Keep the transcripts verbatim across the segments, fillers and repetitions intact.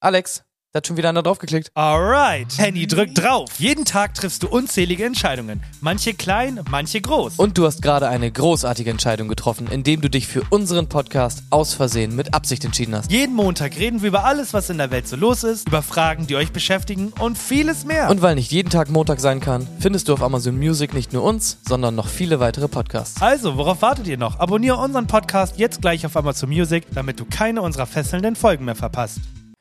Alex, da hat schon wieder einer draufgeklickt. Alright, Henny, drück drauf. Jeden Tag triffst du unzählige Entscheidungen. Manche klein, manche groß. Und du hast gerade eine großartige Entscheidung getroffen, indem du dich für unseren Podcast aus Versehen mit Absicht entschieden hast. Jeden Montag reden wir über alles, was in der Welt so los ist, über Fragen, die euch beschäftigen und vieles mehr. Und weil nicht jeden Tag Montag sein kann, findest du auf Amazon Music nicht nur uns, sondern noch viele weitere Podcasts. Also, worauf wartet ihr noch? Abonniere unseren Podcast jetzt gleich auf Amazon Music, damit du keine unserer fesselnden Folgen mehr verpasst.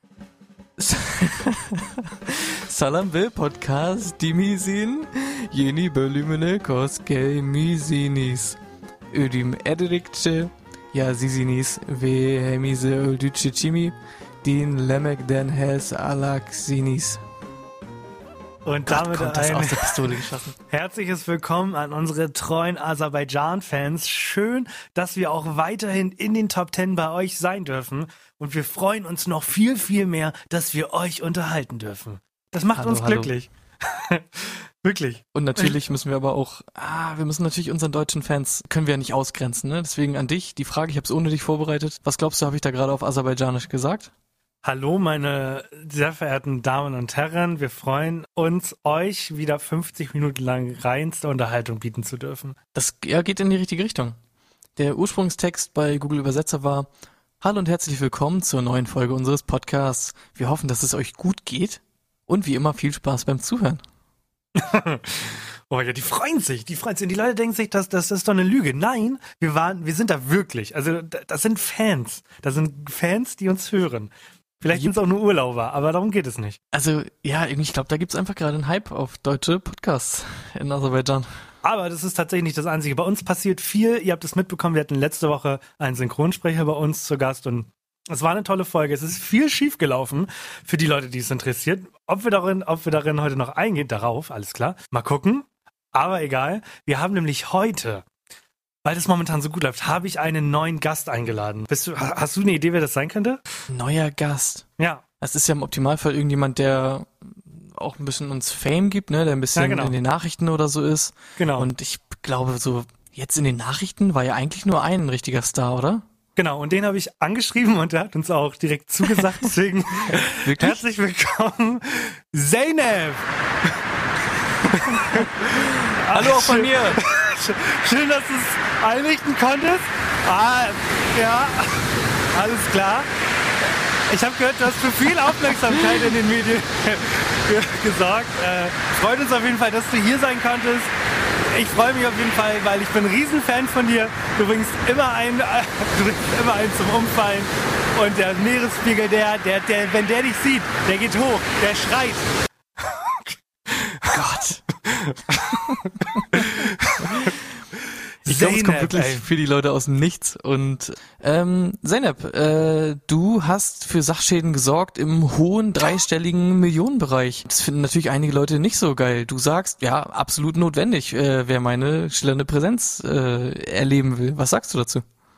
Salam will Podcast Dimisin Yeni bölümüne hoş geldiniz. Ödüm edildikçe yazisiniz ve hemize öldükçe çimi din lemekten hes alaksiniz. Und damit Gott, das ein aus der Pistole geschossen. Herzliches Willkommen an unsere treuen Aserbaidschan-Fans. Schön, dass wir auch weiterhin in den Top Ten bei euch sein dürfen. Und wir freuen uns noch viel, viel mehr, dass wir euch unterhalten dürfen. Das macht Hallo, uns hallo. glücklich. Wirklich. Und natürlich müssen wir aber auch, ah, wir müssen natürlich unseren deutschen Fans, können wir ja nicht ausgrenzen, ne? Deswegen an dich die Frage, ich habe es ohne dich vorbereitet. Was glaubst du, habe ich da gerade auf Aserbaidschanisch gesagt? Hallo, meine sehr verehrten Damen und Herren. Wir freuen uns, euch wieder fünfzig Minuten lang reinste Unterhaltung bieten zu dürfen. Das ja, geht in die richtige Richtung. Der Ursprungstext bei Google Übersetzer war: Hallo und herzlich willkommen zur neuen Folge unseres Podcasts. Wir hoffen, dass es euch gut geht und wie immer viel Spaß beim Zuhören. Oh ja, die freuen sich, die freuen sich. Und die Leute denken sich, das, das ist doch eine Lüge. Nein, wir waren, wir sind da wirklich. Also das sind Fans. Das sind Fans, die uns hören. Vielleicht sind es auch nur Urlauber, aber darum geht es nicht. Also ja, irgendwie, ich glaube, da gibt's einfach gerade einen Hype auf deutsche Podcasts in Aserbaidschan. Aber das ist tatsächlich nicht das Einzige. Bei uns passiert viel. Ihr habt es mitbekommen, wir hatten letzte Woche einen Synchronsprecher bei uns zu Gast und es war eine tolle Folge. Es ist viel schief gelaufen für die Leute, die es interessiert. Ob wir darin, ob wir darin heute noch eingehen, darauf, alles klar. Mal gucken. Aber egal. Wir haben nämlich heute, weil das momentan so gut läuft, habe ich einen neuen Gast eingeladen. Bist du, hast du eine Idee, wer das sein könnte? Neuer Gast. Ja. Das ist ja im Optimalfall irgendjemand, der auch ein bisschen uns Fame gibt, ne, der ein bisschen Ja, genau. in den Nachrichten oder so ist. Genau. Und ich glaube, so jetzt in den Nachrichten war ja eigentlich nur ein richtiger Star, oder? Genau, und den habe ich angeschrieben und der hat uns auch direkt zugesagt. Deswegen herzlich willkommen, Zeynep! Hallo auch von mir! Schön, dass du es einrichten konntest. Ah, ja, alles klar. Ich habe gehört, du hast für viel Aufmerksamkeit in den Medien gesorgt. Äh, freut uns auf jeden Fall, dass du hier sein konntest. Ich freue mich auf jeden Fall, weil ich bin ein Riesenfan von dir. Du bringst immer einen, äh, du bringst immer einen zum Umfallen. Und der Meeresspiegel, der, der, der, wenn der dich sieht, der geht hoch, der schreit. Gott. Ich glaube, es kommt wirklich ey. für die Leute aus dem Nichts. Und ähm, Zeynep, äh, du hast für Sachschäden gesorgt im hohen dreistelligen Millionenbereich. Das finden natürlich einige Leute nicht so geil. Du sagst, ja, absolut notwendig, äh, wer meine schillernde Präsenz äh, erleben will. Was sagst du dazu?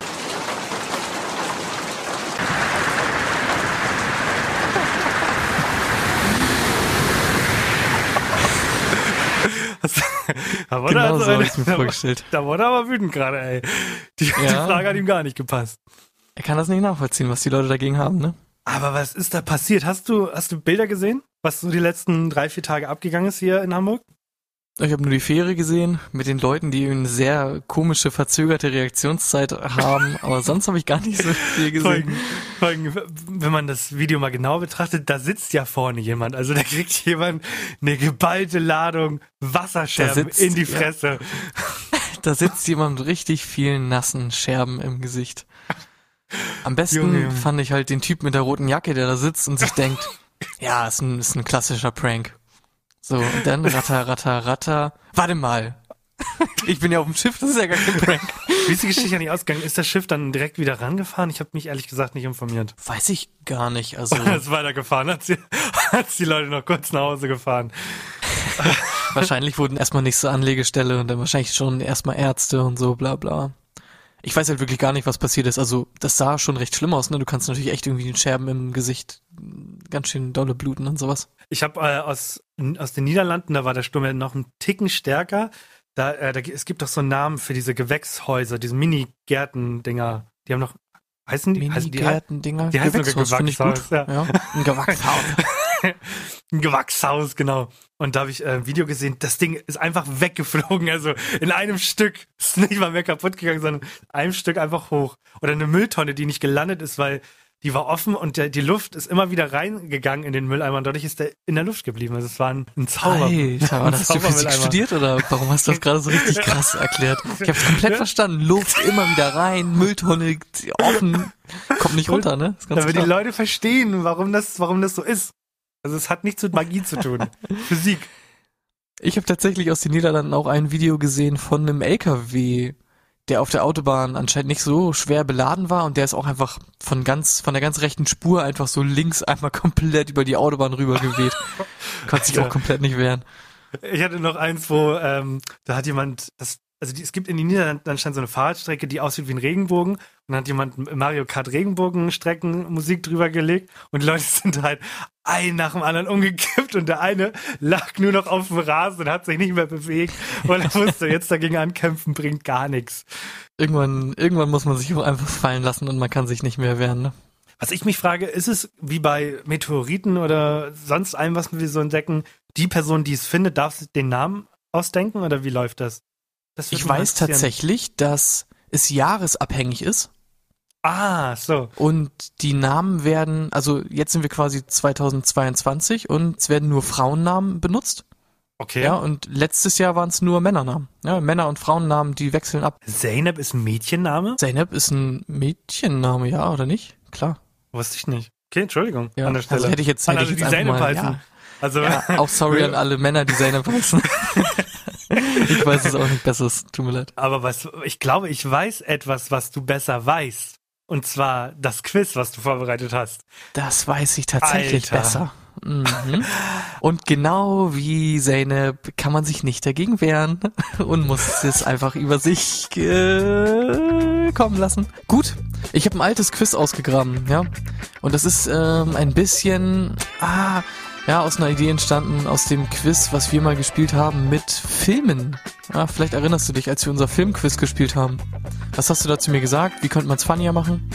Da wurde genau also so habe eine, ich mir da, vorgestellt. Da wurde er aber wütend gerade, ey. Die, ja. die Frage hat ihm gar nicht gepasst. Er kann das nicht nachvollziehen, was die Leute dagegen haben, ne? Aber was ist da passiert? Hast du, hast du Bilder gesehen, was so die letzten drei, vier Tage abgegangen ist hier in Hamburg? Ich habe nur die Fähre gesehen mit den Leuten, die eine sehr komische, verzögerte Reaktionszeit haben, aber sonst habe ich gar nicht so viel gesehen. Vor allem, vor allem, wenn man das Video mal genau betrachtet, da sitzt ja vorne jemand, also da kriegt jemand eine geballte Ladung Wasserscherben sitzt, in die Fresse. Ja. Da sitzt jemand mit richtig vielen nassen Scherben im Gesicht. Am besten Junge, Junge. fand ich halt den Typ mit der roten Jacke, der da sitzt und sich denkt, ja, ist ein, ist ein klassischer Prank. So, und dann ratter, ratter, ratter. Warte mal. Ich bin ja auf dem Schiff, das ist ja gar kein Prank. Wie ist die Geschichte ja nicht ausgegangen? Ist das Schiff dann direkt wieder rangefahren? Ich habe mich ehrlich gesagt nicht informiert. Weiß ich gar nicht. Also es ist weitergefahren, hat sie, hat die Leute noch kurz nach Hause gefahren. Wahrscheinlich wurden erstmal nächste Anlegestelle und dann wahrscheinlich schon erstmal Ärzte und so, bla bla. Ich weiß halt wirklich gar nicht, was passiert ist. Also das sah schon recht schlimm aus, ne? Du kannst natürlich echt irgendwie den Scherben im Gesicht ganz schön dolle bluten und sowas. Ich habe äh, aus, aus den Niederlanden, da war der Sturm ja noch einen Ticken stärker. Da, äh, da, es gibt doch so einen Namen für diese Gewächshäuser, diese Mini-Gärten-Dinger. Die haben noch Heißen die? Heißen die Minigärten-Dinger? Die heißen Gewächshaus, finde ich gut. Ja. Ja. Ein Gewächshaus. Ein Gewächshaus, genau. Und da habe ich äh, ein Video gesehen, das Ding ist einfach weggeflogen, also in einem Stück. Ist nicht mal mehr kaputt gegangen, sondern in einem Stück einfach hoch. Oder eine Mülltonne, die nicht gelandet ist, weil die war offen und der, die Luft ist immer wieder reingegangen in den Mülleimer und dadurch ist der in der Luft geblieben. Also es war ein, ein Zauber. Alter, ein hast du Physik studiert oder warum hast du das gerade so richtig krass erklärt? Ich habe es komplett ja. verstanden. Luft immer wieder rein, Mülltonne offen, kommt nicht runter, ne? Damit klar. Die Leute verstehen, warum das, warum das so ist. Also es hat nichts mit Magie zu tun. Physik. Ich habe tatsächlich aus den Niederlanden auch ein Video gesehen von einem L K W, der auf der Autobahn anscheinend nicht so schwer beladen war und der ist auch einfach von ganz, von der ganz rechten Spur einfach so links einmal komplett über die Autobahn rüber geweht. Konnte sich ja. auch komplett nicht wehren. Ich hatte noch eins, wo, ähm, da hat jemand, das, also die, es gibt in den Niederlanden anscheinend so eine Fahrradstrecke, die aussieht wie ein Regenbogen und dann hat jemand Mario Kart Regenbogenstrecken Musik drüber gelegt und die Leute sind halt ein nach dem anderen umgekippt und der eine lag nur noch auf dem Rasen und hat sich nicht mehr bewegt und er wusste, jetzt dagegen ankämpfen bringt gar nichts. Irgendwann, irgendwann muss man sich auch einfach fallen lassen und man kann sich nicht mehr wehren, ne? Was ich mich frage, ist es wie bei Meteoriten oder sonst allem, was wir so entdecken, die Person, die es findet, darf den Namen ausdenken oder wie läuft das? Das ich weiß tatsächlich, dass es jahresabhängig ist. Ah, so. Und die Namen werden, also jetzt sind wir quasi zweitausendzweiundzwanzig und es werden nur Frauennamen benutzt. Okay. Ja, und letztes Jahr waren es nur Männernamen. Ja, Männer- und Frauennamen, die wechseln ab. Zeynep ist ein Mädchenname? Zeynep ist ein Mädchenname, ja, oder nicht? Klar. Wusste ich nicht. Okay, Entschuldigung ja, an der Stelle. Also hätte ich jetzt, hätte also ich jetzt die einfach mal, ja. Also ja, auch sorry an alle Männer, die Zeynep heißen. Ich weiß es auch nicht besser, es tut mir leid. Aber was, ich glaube, ich weiß etwas, was du besser weißt. Und zwar das Quiz, was du vorbereitet hast. Das weiß ich tatsächlich Alter. besser. Mhm. Und genau wie Zeynep kann man sich nicht dagegen wehren und muss es einfach über sich äh, kommen lassen. Gut, ich habe ein altes Quiz ausgegraben, ja. Und das ist ähm, ein bisschen ah, ja, aus einer Idee entstanden, aus dem Quiz, was wir mal gespielt haben mit Filmen. Ja, vielleicht erinnerst du dich, als wir unser Filmquiz gespielt haben. Was hast du da zu mir gesagt? Wie könnte man es funnier machen?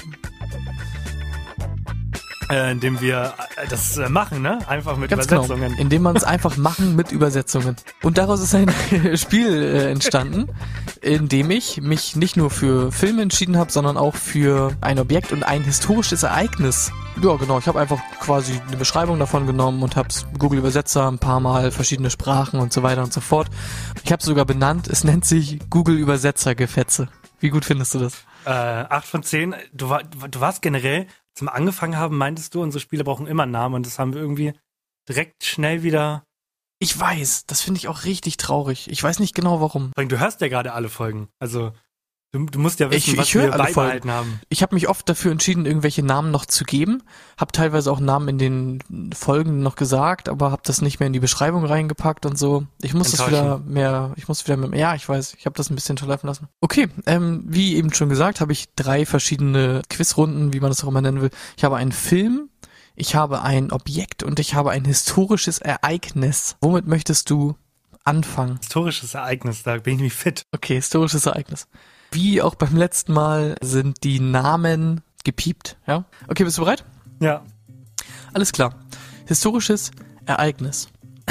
Äh, indem wir das äh, machen, ne? Einfach mit Ganz Übersetzungen. Genau. Indem man es einfach machen mit Übersetzungen. Und daraus ist ein Spiel äh, entstanden, in dem ich mich nicht nur für Filme entschieden habe, sondern auch für ein Objekt und ein historisches Ereignis. Ja, genau. Ich habe einfach quasi eine Beschreibung davon genommen und habe Google Übersetzer ein paar Mal, verschiedene Sprachen und so weiter und so fort. Ich habe sogar benannt, es nennt sich Google Übersetzer Gefetze. Wie gut findest du das? Äh, acht von zehn. Du, war, du warst generell, zum Angefangen haben, meintest du, unsere Spiele brauchen immer einen Namen und das haben wir irgendwie direkt schnell wieder... Ich weiß, das finde ich auch richtig traurig. Ich weiß nicht genau warum. Du hörst ja gerade alle Folgen, also... Du, du musst ja wissen, ich, was ich wir beibehalten Folgen. haben. Ich habe mich oft dafür entschieden, irgendwelche Namen noch zu geben. Habe teilweise auch Namen in den Folgen noch gesagt, aber habe das nicht mehr in die Beschreibung reingepackt und so. Ich muss das wieder mehr, ich muss wieder mehr, ja, ich weiß, ich habe das ein bisschen schleifen lassen. Okay, ähm, wie eben schon gesagt, habe ich drei verschiedene Quizrunden, wie man das auch immer nennen will. Ich habe einen Film, ich habe ein Objekt und ich habe ein historisches Ereignis. Womit möchtest du anfangen? Historisches Ereignis, da bin ich nämlich fit. Okay, historisches Ereignis. Wie auch beim letzten Mal sind die Namen gepiept, ja? Okay, bist du bereit? Ja. Alles klar. Historisches Ereignis.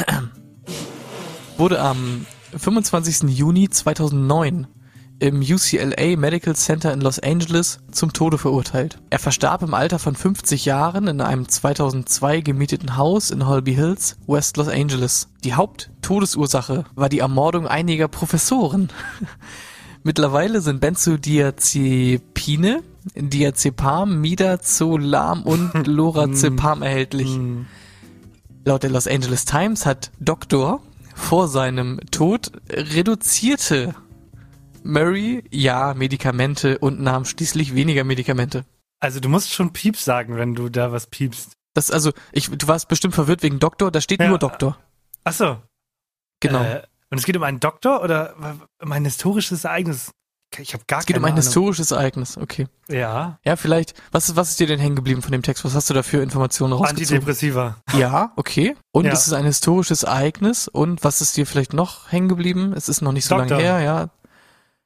Wurde am fünfundzwanzigsten Juni zweitausendneun im U C L A Medical Center in Los Angeles zum Tode verurteilt. Er verstarb im Alter von fünfzig Jahren in einem zweitausendzwei gemieteten Haus in Holby Hills, West Los Angeles. Die Haupttodesursache war die Ermordung einiger Professoren. Mittlerweile sind Benzodiazepine, Diazepam, Midazolam und Lorazepam erhältlich. Laut der Los Angeles Times hat Doktor vor seinem Tod reduzierte Murray ja Medikamente und nahm schließlich weniger Medikamente. Also du musst schon Pieps sagen, wenn du da was piepst. Das also, ich, du warst bestimmt verwirrt wegen Doktor, da steht ja. nur Doktor. Ach so. Genau. Äh, Und es geht um einen Doktor oder um ein historisches Ereignis? Ich habe gar keine Ahnung. Es geht um ein Ahnung. historisches Ereignis, okay. Ja. Ja, vielleicht, was, was ist dir denn hängen geblieben von dem Text? Was hast du da für Informationen rausgezogen? Antidepressiva. Ja, okay. Und ja. es ist ein historisches Ereignis. Und was ist dir vielleicht noch hängen geblieben? Es ist noch nicht so Doktor. lange her, ja.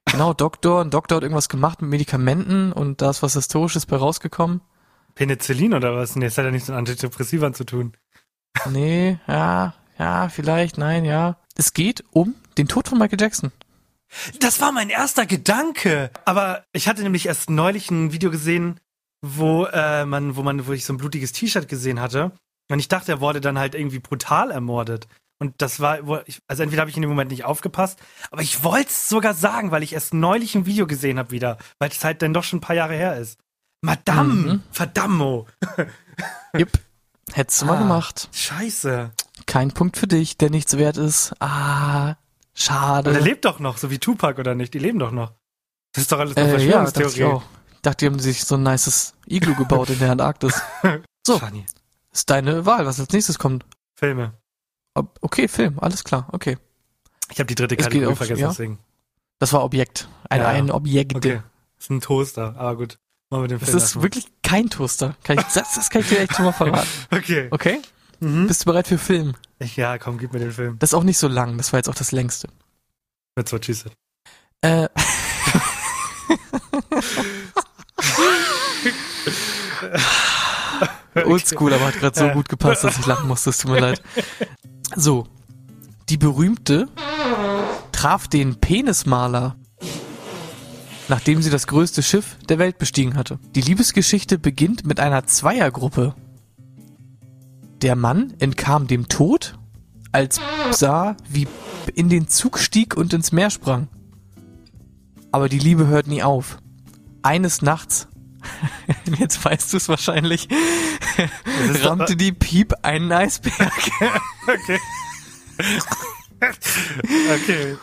Genau, Doktor. Ein Doktor hat irgendwas gemacht mit Medikamenten und da ist was Historisches bei rausgekommen. Penicillin oder was? Nee, das hat ja nichts mit Antidepressivern zu tun. Nee, ja, ja, vielleicht, nein, ja. Es geht um den Tod von Michael Jackson. Das war mein erster Gedanke. Aber ich hatte nämlich erst neulich ein Video gesehen, wo äh, man, wo man, wo ich so ein blutiges T-Shirt gesehen hatte. Und ich dachte, er wurde dann halt irgendwie brutal ermordet. Und das war, wo ich, also entweder habe ich in dem Moment nicht aufgepasst, aber ich wollte es sogar sagen, weil ich erst neulich ein Video gesehen habe wieder, weil es halt dann doch schon ein paar Jahre her ist. Madame, mhm. Verdammo. Jupp, hättest du ah, mal gemacht. Scheiße. Kein Punkt für dich, der nichts wert ist. Ah, schade. Aber der lebt doch noch, so wie Tupac oder nicht? Die leben doch noch. Das ist doch alles eine äh, Verschwörungstheorie. Ja, dachte ich auch. Ich dachte, die haben sich so ein nices Iglu gebaut in der Antarktis. So, Funny. Ist deine Wahl, was als nächstes kommt. Filme. Okay, Film, alles klar, okay. Ich habe die dritte Kategorie auf, vergessen, ja? Deswegen. Das war Objekt. Ein, ja. ein Objekt. Okay. Das ist ein Toaster, aber gut. Machen wir den Film. Das ist wirklich kein Toaster. Kann ich, das, das kann ich dir echt schon mal verraten. Okay. Okay? Mhm. Bist du bereit für Film? Ich, ja, komm, gib mir den Film. Das ist auch nicht so lang, das war jetzt auch das längste. That's what she said. Äh. Oldschool, aber hat gerade so gut gepasst, dass ich lachen musste, es tut mir leid. So, die berühmte traf den Penismaler, nachdem sie das größte Schiff der Welt bestiegen hatte. Die Liebesgeschichte beginnt mit einer Zweiergruppe. Der Mann entkam dem Tod, als sah, wie in den Zug stieg und ins Meer sprang. Aber die Liebe hört nie auf. Eines Nachts, jetzt weißt du es wahrscheinlich, rammte die Piep einen Eisberg. Okay. Okay.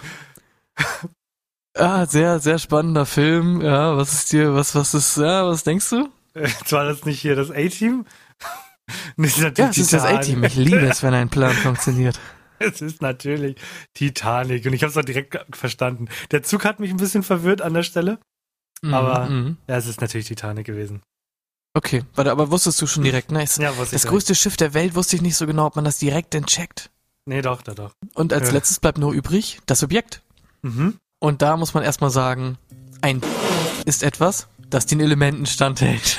Ah, sehr, sehr spannender Film. Ja, was ist dir, was, was ist, ja, was denkst du? Jetzt war das nicht hier das A-Team? Nicht ja, es ist das A-Team. Ich liebe es, wenn ein Plan funktioniert. Es ist natürlich Titanic und ich habe es auch direkt verstanden. Der Zug hat mich ein bisschen verwirrt an der Stelle, mm, aber mm. ja, es ist natürlich Titanic gewesen. Okay, warte, aber wusstest du schon direkt, ne? Ja, wusste ich das größte Schiff der Welt wusste ich nicht so genau, ob man das direkt entcheckt. Nee, doch, doch, doch. Und als ja. letztes bleibt nur übrig das Objekt. Mhm. Und da muss man erstmal sagen, ein ist etwas, das den Elementen standhält.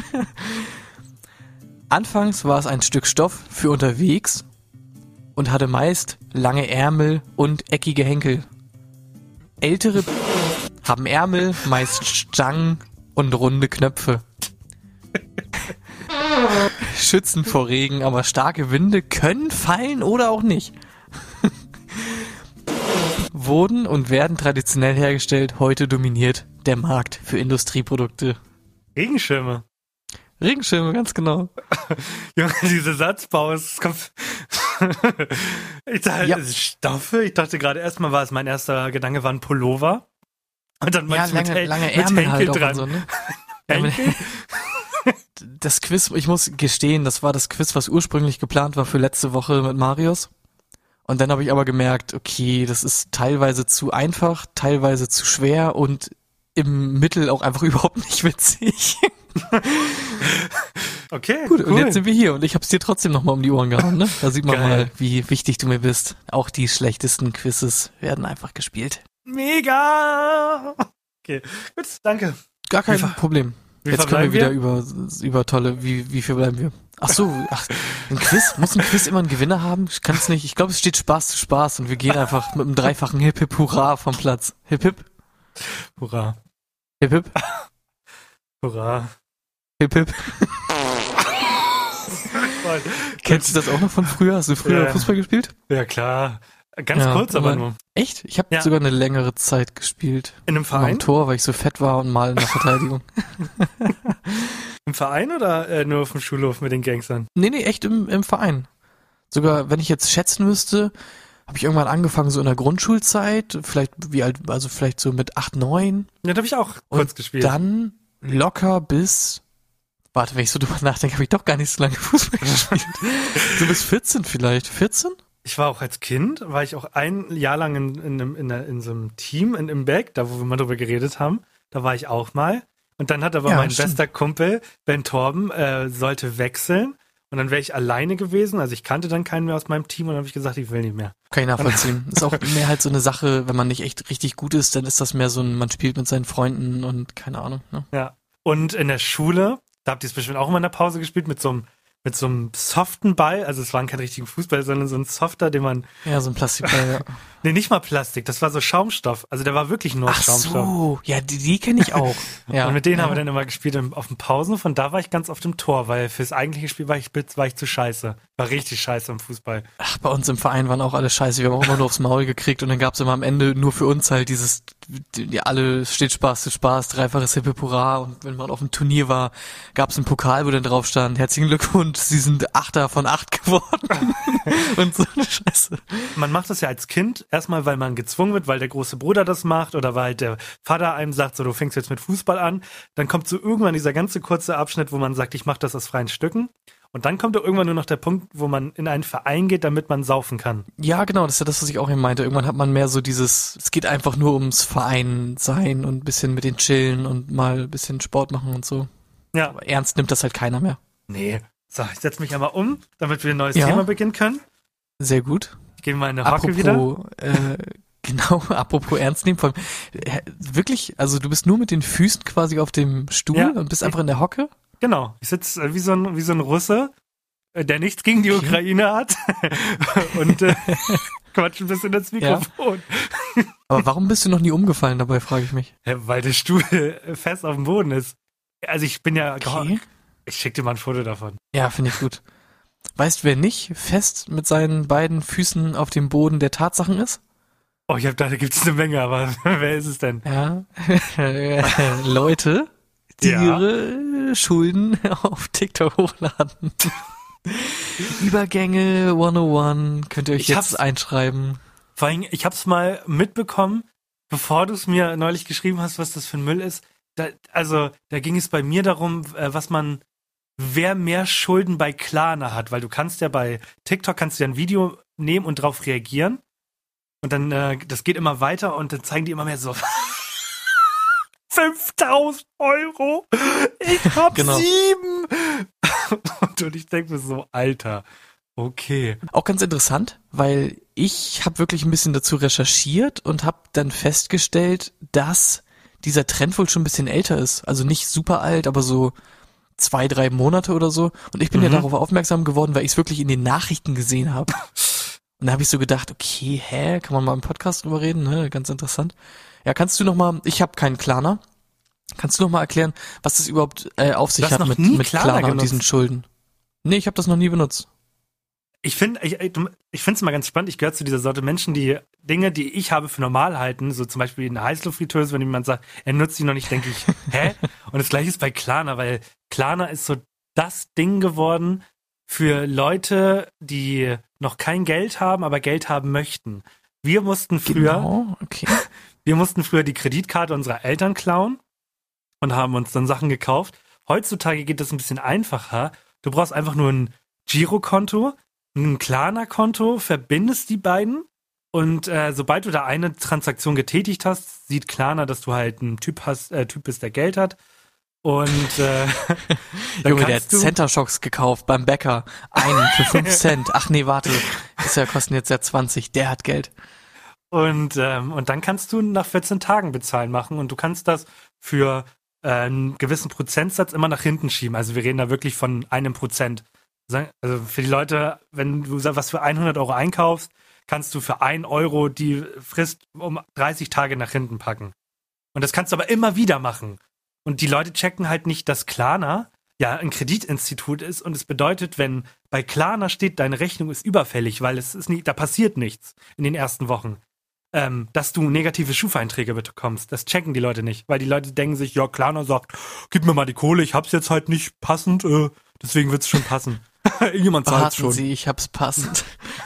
Anfangs war es ein Stück Stoff für unterwegs und hatte meist lange Ärmel und eckige Henkel. Ältere haben Ärmel, meist Stangen und runde Knöpfe. Schützen vor Regen, aber starke Winde können fallen oder auch nicht. Wurden und werden traditionell hergestellt, heute dominiert der Markt für Industrieprodukte. Regenschirme. Regenschirme, ganz genau. Junge, diese Satzbau ist... ich dachte, ja. Stoffe. Ich dachte gerade erstmal war es mein erster Gedanke, war ein Pullover. Und dann ja, lange, mit, lange Ärmel mit halt dran. So, ne? Henkel? Das Quiz, ich muss gestehen, das war das Quiz, was ursprünglich geplant war für letzte Woche mit Marius. Und dann habe ich aber gemerkt, okay, das ist teilweise zu einfach, teilweise zu schwer und im Mittel auch einfach überhaupt nicht witzig. Okay, gut. Cool. Und jetzt sind wir hier und ich hab's dir trotzdem nochmal um die Ohren gehauen, ne? Da sieht man Geil. mal, wie wichtig du mir bist. Auch die schlechtesten Quizzes werden einfach gespielt. Mega! Okay, gut, danke. Gar kein wie, Problem. Wie jetzt können wir wieder wir? über, über tolle, wie, wie viel bleiben wir? Ach so, ach, ein Quiz? Muss ein Quiz immer einen Gewinner haben? Ich kann es nicht. Ich glaube, es steht Spaß zu Spaß und wir gehen einfach mit einem dreifachen Hip-Hip-Hurra vom Platz. Hip-Hip? Hurra. Hip-Hip? Hurra. Hip-Hip? Kennst du das auch noch von früher? Hast du früher ja. Fußball gespielt? Ja, klar. Ganz ja, kurz, aber nur. Echt? Ich habe ja. sogar eine längere Zeit gespielt. In einem Verein? Am Tor, weil ich so fett war und mal in der Verteidigung. Im Verein oder äh, nur auf dem Schulhof mit den Gangstern? Nee, nee, echt im, im Verein. Sogar, wenn ich jetzt schätzen müsste, habe ich irgendwann angefangen, so in der Grundschulzeit, vielleicht wie alt, also vielleicht so mit acht, neun. Ja, da habe ich auch kurz und gespielt. Dann locker bis, warte, wenn ich so drüber nachdenke, habe ich doch gar nicht so lange Fußball gespielt. So bis vierzehn vielleicht. vierzehn? Ich war auch als Kind, war ich auch ein Jahr lang in, in, in, in, in so einem Team in Imbeck, da wo wir mal drüber geredet haben. Da war ich auch mal. Und dann hat aber ja, mein stimmt. bester Kumpel, Ben Torben, äh, sollte wechseln. Und dann wäre ich alleine gewesen. Also ich kannte dann keinen mehr aus meinem Team und dann habe ich gesagt, ich will nicht mehr. Kann ich nachvollziehen. Ist auch mehr halt so eine Sache, wenn man nicht echt richtig gut ist, dann ist das mehr so ein, man spielt mit seinen Freunden und keine Ahnung. Ne? Ja. Und in der Schule, da habt ihr es bestimmt auch immer in der Pause gespielt, mit so einem mit so einem soften Ball, also es war kein richtiger Fußball, sondern so ein softer, den man... Ja, so ein Plastikball, ja. Nee, nicht mal Plastik, das war so Schaumstoff, also der war wirklich nur Ach Schaumstoff. Ach so, ja, die, die kenne ich auch. Ja, und mit denen ja. haben wir dann immer gespielt auf dem Pausenhof und da war ich ganz oft im Tor, weil fürs eigentliche Spiel war ich, war ich zu scheiße. War richtig scheiße im Fußball. Ach, bei uns im Verein waren auch alle scheiße, wir haben auch immer nur aufs Maul gekriegt und dann gab's immer am Ende nur für uns halt dieses, die, alle steht Spaß zu Spaß, dreifaches Hippe Hurra und wenn man auf dem Turnier war, gab's einen Pokal, wo dann drauf stand, herzlichen Glückwunsch, Sie sind Achter von acht geworden und so eine Scheiße. Man macht das ja als Kind erstmal, weil man gezwungen wird, weil der große Bruder das macht oder weil halt der Vater einem sagt, so du fängst jetzt mit Fußball an. Dann kommt so irgendwann dieser ganze kurze Abschnitt, wo man sagt, ich mache das aus freien Stücken. Und dann kommt doch irgendwann nur noch der Punkt, wo man in einen Verein geht, damit man saufen kann. Ja, genau, das ist ja das, was ich auch eben meinte. Irgendwann hat man mehr so dieses, es geht einfach nur ums Verein sein und ein bisschen mit den chillen und mal ein bisschen Sport machen und so. Ja. Aber ernst nimmt das halt keiner mehr. Nee. So, ich setze mich einmal um, damit wir ein neues Ja. Thema beginnen können. Sehr gut. Ich gehe mal in eine Apropos, Hocke wieder. Äh, genau, apropos ernst nehmen, vor allem, äh, wirklich, also du bist nur mit den Füßen quasi auf dem Stuhl Ja. und bist einfach in der Hocke? Genau. Ich sitze äh, wie so ein wie so ein Russe, äh, der nichts gegen die Okay. Ukraine hat und äh, quatscht ein bisschen ins Mikrofon. Aber warum bist du noch nie umgefallen dabei, frage ich mich. Ja, weil der Stuhl äh, fest auf dem Boden ist. Also ich bin ja... Okay. Ich schick dir mal ein Foto davon. Ja, finde ich gut. Weißt, wer nicht fest mit seinen beiden Füßen auf dem Boden der Tatsachen ist? Oh, ich hab da, da gibt's eine Menge, aber wer ist es denn? Ja, Leute, die Ja. ihre Schulden auf TikTok hochladen. Übergänge hunderteins, könnt ihr euch Ich jetzt hab's- einschreiben. Vor allem, ich hab's mal mitbekommen, bevor du es mir neulich geschrieben hast, was das für ein Müll ist. Da, also, da ging es bei mir darum, äh, was man, wer mehr Schulden bei Klarna hat, weil du kannst ja bei TikTok kannst du ja ein Video nehmen und drauf reagieren. Und dann, äh, das geht immer weiter und dann zeigen die immer mehr so fünftausend Euro. Ich hab Genau. sieben. Und ich denke mir so, Alter, okay. Auch ganz interessant, weil ich habe wirklich ein bisschen dazu recherchiert und habe dann festgestellt, dass dieser Trend wohl schon ein bisschen älter ist. Also nicht super alt, aber so zwei, drei Monate oder so. Und ich bin ja Mhm. darauf aufmerksam geworden, weil ich es wirklich in den Nachrichten gesehen habe. Und da habe ich so gedacht, okay, hä, kann man mal im Podcast drüber reden? Ne? Ganz interessant. Ja, kannst du noch mal, ich habe keinen Klarna. Kannst du noch mal erklären, was das überhaupt äh, auf sich Du hast hat noch mit, nie mit Klarna Klarna und genutzt? diesen Schulden? Nee, ich habe das noch nie benutzt. Ich finde, ich, ich finde es mal ganz spannend. Ich gehöre zu dieser Sorte Menschen, die Dinge, die ich habe für normal halten, so zum Beispiel eine Heißluftfritteuse, wenn jemand sagt, er nutzt die noch nicht, denke ich, hä? Und das Gleiche ist bei Klarna, weil Klarna ist so das Ding geworden für Leute, die noch kein Geld haben, aber Geld haben möchten. Wir mussten früher, Genau, okay. wir mussten früher die Kreditkarte unserer Eltern klauen und haben uns dann Sachen gekauft. Heutzutage geht das ein bisschen einfacher. Du brauchst einfach nur ein Girokonto, ein Klarna-Konto, verbindest die beiden und äh, sobald du da eine Transaktion getätigt hast, sieht Klarna, dass du halt ein Typ hast, äh, Typ bist, der Geld hat. Und äh, dann Junge, der hat kannst du, Center Shocks gekauft beim Bäcker. Einen für fünf Cent. Ach nee, warte. Das ja kosten jetzt ja zwanzig. Der hat Geld. und, ähm, und dann kannst du nach vierzehn Tagen bezahlen machen und du kannst das für äh, einen gewissen Prozentsatz immer nach hinten schieben. Also wir reden da wirklich von einem Prozent. Also für die Leute, wenn du was für hundert Euro einkaufst, kannst du für ein Euro die Frist um dreißig Tage nach hinten packen. Und das kannst du aber immer wieder machen. Und die Leute checken halt nicht, dass Klarna ja ein Kreditinstitut ist und es bedeutet, wenn bei Klarna steht, deine Rechnung ist überfällig, weil es ist nicht, da passiert nichts in den ersten Wochen, ähm, dass du negative Schufa-Einträge bekommst. Das checken die Leute nicht, weil die Leute denken sich, ja, Klarna sagt, gib mir mal die Kohle, ich hab's jetzt halt nicht passend, äh, deswegen wird's schon passen. Irgendjemand zahlt Warten schon. Sie, ich hab's passend.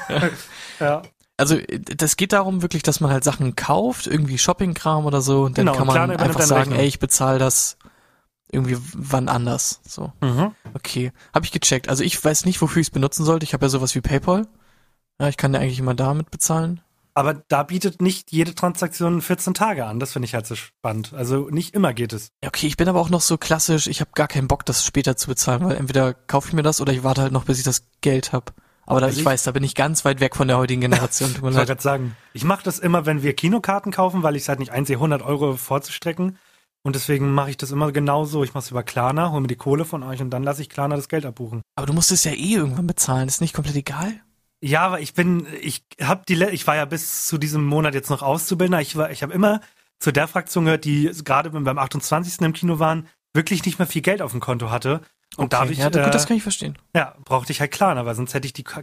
Ja. Also das geht darum wirklich, dass man halt Sachen kauft, irgendwie Shopping-Kram oder so, und dann Genau, kann man Klarna übernimmt einfach deine sagen, Rechnung. ey, ich bezahle das irgendwie wann anders. So, Mhm. okay. Habe ich gecheckt. Also ich weiß nicht, wofür ich es benutzen sollte. Ich habe ja sowas wie PayPal. Ja, ich kann ja eigentlich immer damit bezahlen. Aber da bietet nicht jede Transaktion vierzehn Tage an. Das finde ich halt so spannend. Also nicht immer geht es. Ja, okay, ich bin aber auch noch so klassisch, ich habe gar keinen Bock, das später zu bezahlen, weil entweder kaufe ich mir das oder ich warte halt noch, bis ich das Geld habe. Aber da, Also ich, ich weiß, da bin ich ganz weit weg von der heutigen Generation. Ich wollte gerade sagen, ich mache das immer, wenn wir Kinokarten kaufen, weil ich es halt nicht einsehe, hundert Euro vorzustrecken. Und deswegen mache ich das immer genauso. Ich mache es über Klarna, hole mir die Kohle von euch und dann lasse ich Klarna das Geld abbuchen. Aber du musst es ja eh irgendwann bezahlen. Ist nicht komplett egal? Ja, aber ich bin, ich habe die, ich war ja bis zu diesem Monat jetzt noch Auszubildender. Ich war, ich habe immer zu der Fraktion gehört, die gerade beim achtundzwanzigsten im Kino waren, wirklich nicht mehr viel Geld auf dem Konto hatte. Und okay, dadurch, ja, gut, äh, das kann ich verstehen. Ja, brauchte ich halt Klarna, weil sonst hätte ich die K-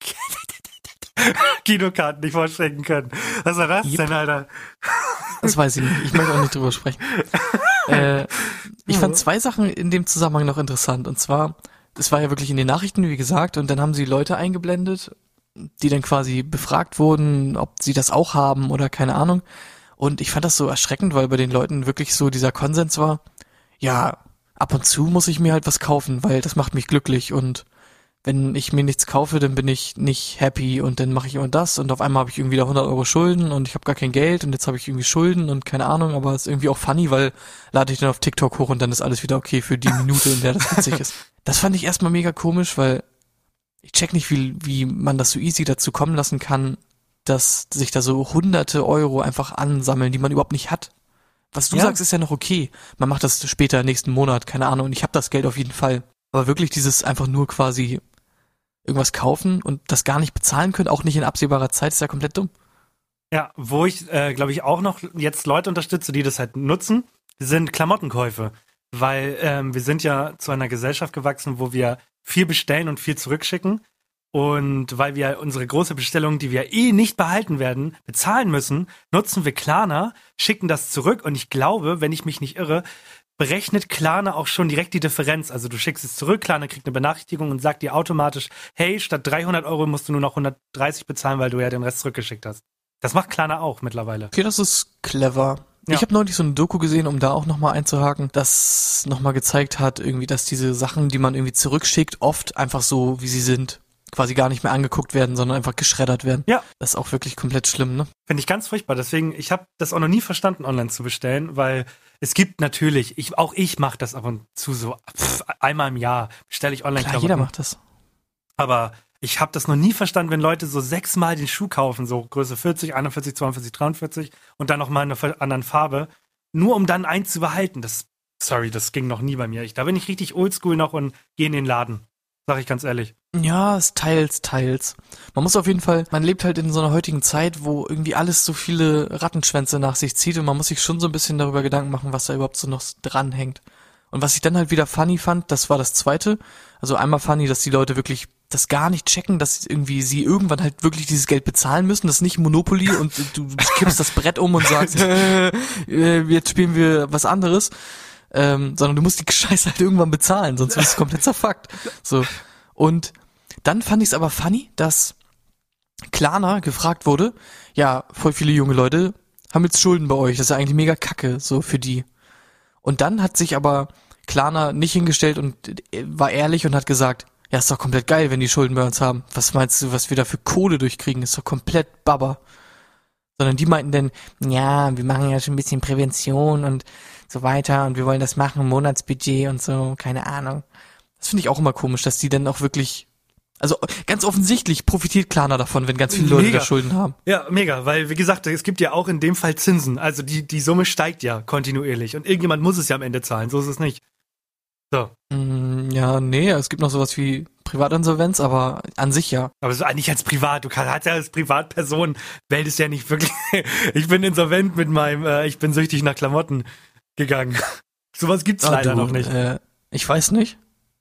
Kinokarten nicht vorstrecken können. Was war das yep. denn, Alter? Das weiß ich nicht. Ich möchte auch nicht drüber sprechen. äh, ich fand zwei Sachen in dem Zusammenhang noch interessant. Und zwar, es war ja wirklich in den Nachrichten, wie gesagt, und dann haben sie Leute eingeblendet, die dann quasi befragt wurden, ob sie das auch haben oder keine Ahnung. Und ich fand das so erschreckend, weil bei den Leuten wirklich so dieser Konsens war, ja, ab und zu muss ich mir halt was kaufen, weil das macht mich glücklich und wenn ich mir nichts kaufe, dann bin ich nicht happy und dann mache ich immer das und auf einmal habe ich irgendwie da hundert Euro Schulden und ich habe gar kein Geld und jetzt habe ich irgendwie Schulden und keine Ahnung, aber es ist irgendwie auch funny, weil lade ich dann auf TikTok hoch und dann ist alles wieder okay für die Minute, in der das witzig ist. Das fand ich erstmal mega komisch, weil ich check nicht, wie, wie man das so easy dazu kommen lassen kann, dass sich da so hunderte Euro einfach ansammeln, die man überhaupt nicht hat. Was du ja. sagst, ist ja noch okay. Man macht das später nächsten Monat, keine Ahnung, und ich habe das Geld auf jeden Fall. Aber wirklich dieses einfach nur quasi irgendwas kaufen und das gar nicht bezahlen können, auch nicht in absehbarer Zeit, ist ja komplett dumm. Ja, wo ich, äh, glaube ich, auch noch jetzt Leute unterstütze, die das halt nutzen, sind Klamottenkäufe. Weil ähm, wir sind ja zu einer Gesellschaft gewachsen, wo wir viel bestellen und viel zurückschicken. Und weil wir unsere große Bestellung, die wir eh nicht behalten werden, bezahlen müssen, nutzen wir Klarna, schicken das zurück. Und ich glaube, wenn ich mich nicht irre, berechnet Klarna auch schon direkt die Differenz. Also du schickst es zurück, Klarna kriegt eine Benachrichtigung und sagt dir automatisch, hey, statt dreihundert Euro musst du nur noch hundertdreißig bezahlen, weil du ja den Rest zurückgeschickt hast. Das macht Klarna auch mittlerweile. Okay, das ist clever. Ja. Ich habe neulich so eine Doku gesehen, um da auch nochmal einzuhaken, das nochmal gezeigt hat, irgendwie, dass diese Sachen, die man irgendwie zurückschickt, oft einfach so, wie sie sind, quasi gar nicht mehr angeguckt werden, sondern einfach geschreddert werden. Ja. Das ist auch wirklich komplett schlimm, ne? Finde ich ganz furchtbar. Deswegen, ich habe das auch noch nie verstanden, online zu bestellen, weil es gibt natürlich, ich, auch ich mache das ab und zu so, pff, einmal im Jahr bestelle ich online. Klar, jeder macht das. Aber ich habe das noch nie verstanden, wenn Leute so sechsmal den Schuh kaufen, so Größe vierzig, einundvierzig, zweiundvierzig, dreiundvierzig und dann nochmal in einer anderen Farbe, nur um dann eins zu behalten. Das, sorry, das ging noch nie bei mir. Ich, da bin ich richtig oldschool noch und gehe in den Laden. Sag ich ganz ehrlich. Ja, es teils, teils. Man muss auf jeden Fall, man lebt halt in so einer heutigen Zeit, wo irgendwie alles so viele Rattenschwänze nach sich zieht und man muss sich schon so ein bisschen darüber Gedanken machen, was da überhaupt so noch dranhängt. Und was ich dann halt wieder funny fand, das war das Zweite. Also einmal funny, dass die Leute wirklich das gar nicht checken, dass irgendwie sie irgendwann halt wirklich dieses Geld bezahlen müssen. Das ist nicht Monopoly und du kippst das Brett um und sagst, äh, äh, jetzt spielen wir was anderes. Ähm, sondern du musst die Scheiße halt irgendwann bezahlen, sonst wirst du komplett zerfuckt. So. Und dann fand ich es aber funny, dass Klarna gefragt wurde, ja, voll viele junge Leute haben jetzt Schulden bei euch, das ist ja eigentlich mega kacke, so für die. Und dann hat sich aber Klarna nicht hingestellt und war ehrlich und hat gesagt, ja, ist doch komplett geil, wenn die Schulden bei uns haben. Was meinst du, was wir da für Kohle durchkriegen? Ist doch komplett Baba. Sondern die meinten dann, ja, wir machen ja schon ein bisschen Prävention und so weiter und wir wollen das machen, Monatsbudget und so, keine Ahnung. Das finde ich auch immer komisch, dass die dann auch wirklich, also ganz offensichtlich profitiert Klarna davon, wenn ganz viele Leute Mega. da Schulden haben. Ja, mega, weil wie gesagt, es gibt ja auch in dem Fall Zinsen. Also die, die Summe steigt ja kontinuierlich und irgendjemand muss es ja am Ende zahlen, so ist es nicht. So. Mm, ja, nee, es gibt noch sowas wie Privatinsolvenz, aber an sich ja. Aber so eigentlich als Privat, du kannst ja als Privatperson, meldest ja nicht wirklich, ich bin insolvent mit meinem, äh, ich bin süchtig nach Klamotten gegangen. Sowas gibt's Ah, leider du, noch nicht. Äh, ich weiß nicht.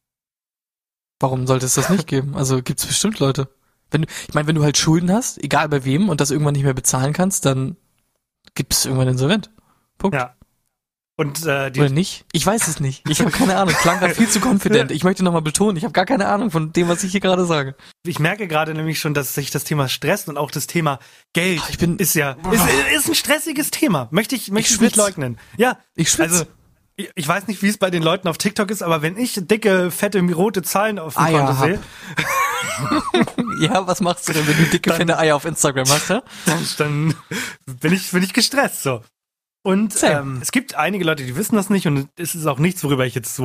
Warum sollte es das nicht geben? Also gibt's bestimmt Leute. Wenn du, ich meine, wenn du halt Schulden hast, egal bei wem, und das irgendwann nicht mehr bezahlen kannst, dann gibt's irgendwann insolvent. Punkt. Ja. Und, äh, die Oder nicht? Ich weiß es nicht. Ich habe keine Ahnung. Klang gerade viel zu confident. Ich möchte nochmal betonen, ich habe gar keine Ahnung von dem, was ich hier gerade sage. Ich merke gerade nämlich schon, dass sich das Thema stresst und auch das Thema Geld ich bin, ist ja ist, ist ein stressiges Thema. Möchte ich möchte ich ich nicht schwitz. leugnen. Ja, Ich schwitze. also ich, ich weiß nicht, wie es bei den Leuten auf TikTok ist, aber wenn ich dicke, fette, rote Zahlen auf dem Eier Konto hab. sehe, Ja, was machst du denn, wenn du dicke, Dann- fette Eier auf Instagram hast, ja? dann, dann bin ich bin ich gestresst so. Und Same. ähm, es gibt einige Leute, die wissen das nicht und es ist auch nichts, worüber ich jetzt so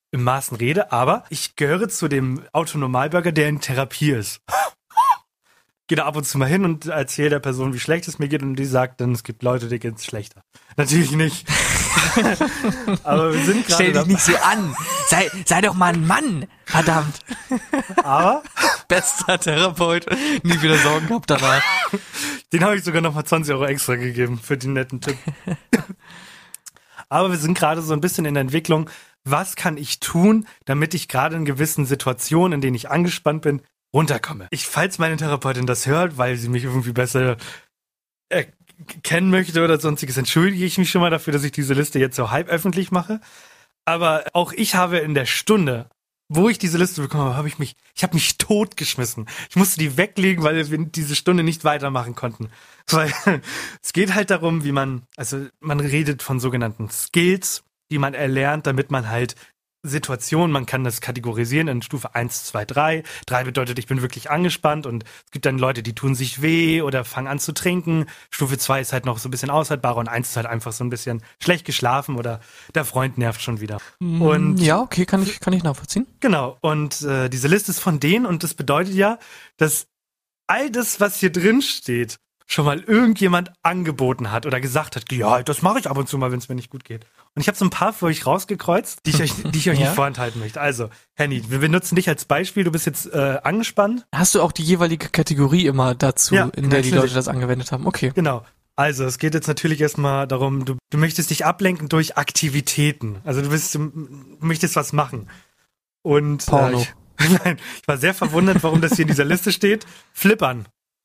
im Maßen rede, aber ich gehöre zu dem Autonormalbürger, der in Therapie ist. Gehe da ab und zu mal hin und erzähle der Person, wie schlecht es mir geht, und die sagt dann, es gibt Leute, denen geht's schlechter. Natürlich nicht. Aber wir sind gerade Stell dich nicht so an. Sei, sei doch mal ein Mann. Verdammt. Aber bester Therapeut. Nie wieder Sorgen gehabt danach. Den habe ich sogar nochmal zwanzig Euro extra gegeben für den netten Tipp. Aber wir sind gerade so ein bisschen in der Entwicklung. Was kann ich tun, damit ich gerade in gewissen Situationen, in denen ich angespannt bin, runterkomme? Ich, falls meine Therapeutin das hört, weil sie mich irgendwie besser äh, kennen möchte oder sonstiges, entschuldige ich mich schon mal dafür, dass ich diese Liste jetzt so halb öffentlich mache. Aber auch ich habe in der Stunde, wo ich diese Liste bekommen habe, habe ich mich, ich habe mich totgeschmissen. Ich musste die weglegen, weil wir diese Stunde nicht weitermachen konnten. Weil es geht halt darum, wie man, also man redet von sogenannten Skills, die man erlernt, damit man halt Situationen, man kann das kategorisieren in Stufe eins, zwei, drei. drei bedeutet, ich bin wirklich angespannt, und es gibt dann Leute, die tun sich weh oder fangen an zu trinken. Stufe zwei ist halt noch so ein bisschen aushaltbarer, und eins ist halt einfach so ein bisschen schlecht geschlafen oder der Freund nervt schon wieder. Und ja, okay, kann ich, kann ich nachvollziehen. Genau, und äh, diese Liste ist von denen, und das bedeutet ja, dass all das, was hier drin steht, schon mal irgendjemand angeboten hat oder gesagt hat, ja, das mache ich ab und zu mal, wenn es mir nicht gut geht. Und ich habe so ein paar für euch rausgekreuzt, die ich euch, die ich euch Ja? nicht vorenthalten möchte. Also, Henny, wir benutzen dich als Beispiel. Du bist jetzt äh, angespannt. Hast du auch die jeweilige Kategorie immer dazu, Ja, in der die natürlich. Leute das angewendet haben? Okay. Genau. Also, es geht jetzt natürlich erstmal darum, du, du möchtest dich ablenken durch Aktivitäten. Also, du, bist, du möchtest was machen. Und Porno. Äh, ich, nein, ich war sehr verwundert, warum das hier in dieser Liste steht. Flippern.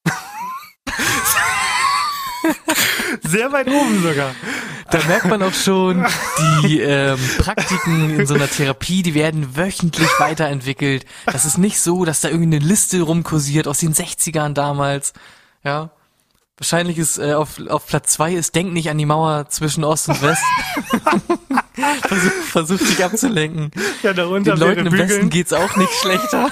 Sehr weit oben sogar. Da merkt man auch schon, die ähm, Praktiken in so einer Therapie, die werden wöchentlich weiterentwickelt. Das ist nicht so, dass da irgendeine Liste rumkursiert aus den sechzigern damals. Ja. Wahrscheinlich ist äh, auf, auf Platz zwei ist Denk nicht an die Mauer zwischen Ost und West. Versuch, versucht sich abzulenken. Ja, darunter Den Leuten im Bügeln. Westen geht's auch nicht schlechter.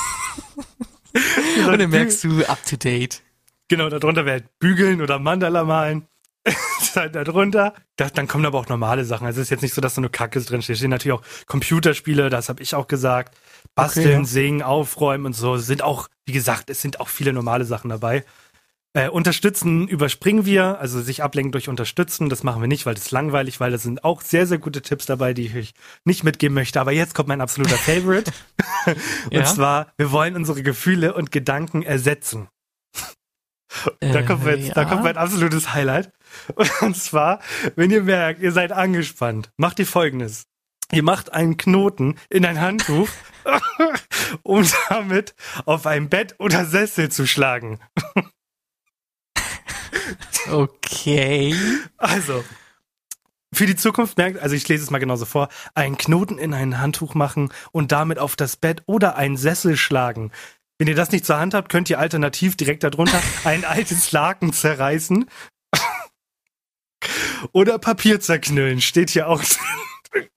Und dann merkst du, up to date. Genau, darunter wäre Bügeln oder Mandala malen. Darunter. Da, dann kommen aber auch normale Sachen. Also es ist jetzt nicht so, dass da nur Kacke drin steht. Es stehen natürlich auch Computerspiele, das habe ich auch gesagt. Basteln, Okay, ja. singen, aufräumen und so. Es sind auch, wie gesagt, es sind auch viele normale Sachen dabei. Äh, unterstützen überspringen wir, also sich ablenken durch Unterstützen, das machen wir nicht, weil das ist langweilig, weil da sind auch sehr, sehr gute Tipps dabei, die ich euch nicht mitgeben möchte. Aber jetzt kommt mein absoluter Favorite. Und Ja? zwar, wir wollen unsere Gefühle und Gedanken ersetzen. Da kommt, Äh, jetzt, da ja. kommt mein absolutes Highlight. Und zwar, wenn ihr merkt, ihr seid angespannt, macht ihr Folgendes. Ihr macht einen Knoten in ein Handtuch, um damit auf ein Bett oder Sessel zu schlagen. Okay. Also, für die Zukunft merkt, also ich lese es mal genauso vor, einen Knoten in ein Handtuch machen und damit auf das Bett oder einen Sessel schlagen. Wenn ihr das nicht zur Hand habt, könnt ihr alternativ direkt darunter ein altes Laken zerreißen. Oder Papier zerknüllen, steht hier auch drin.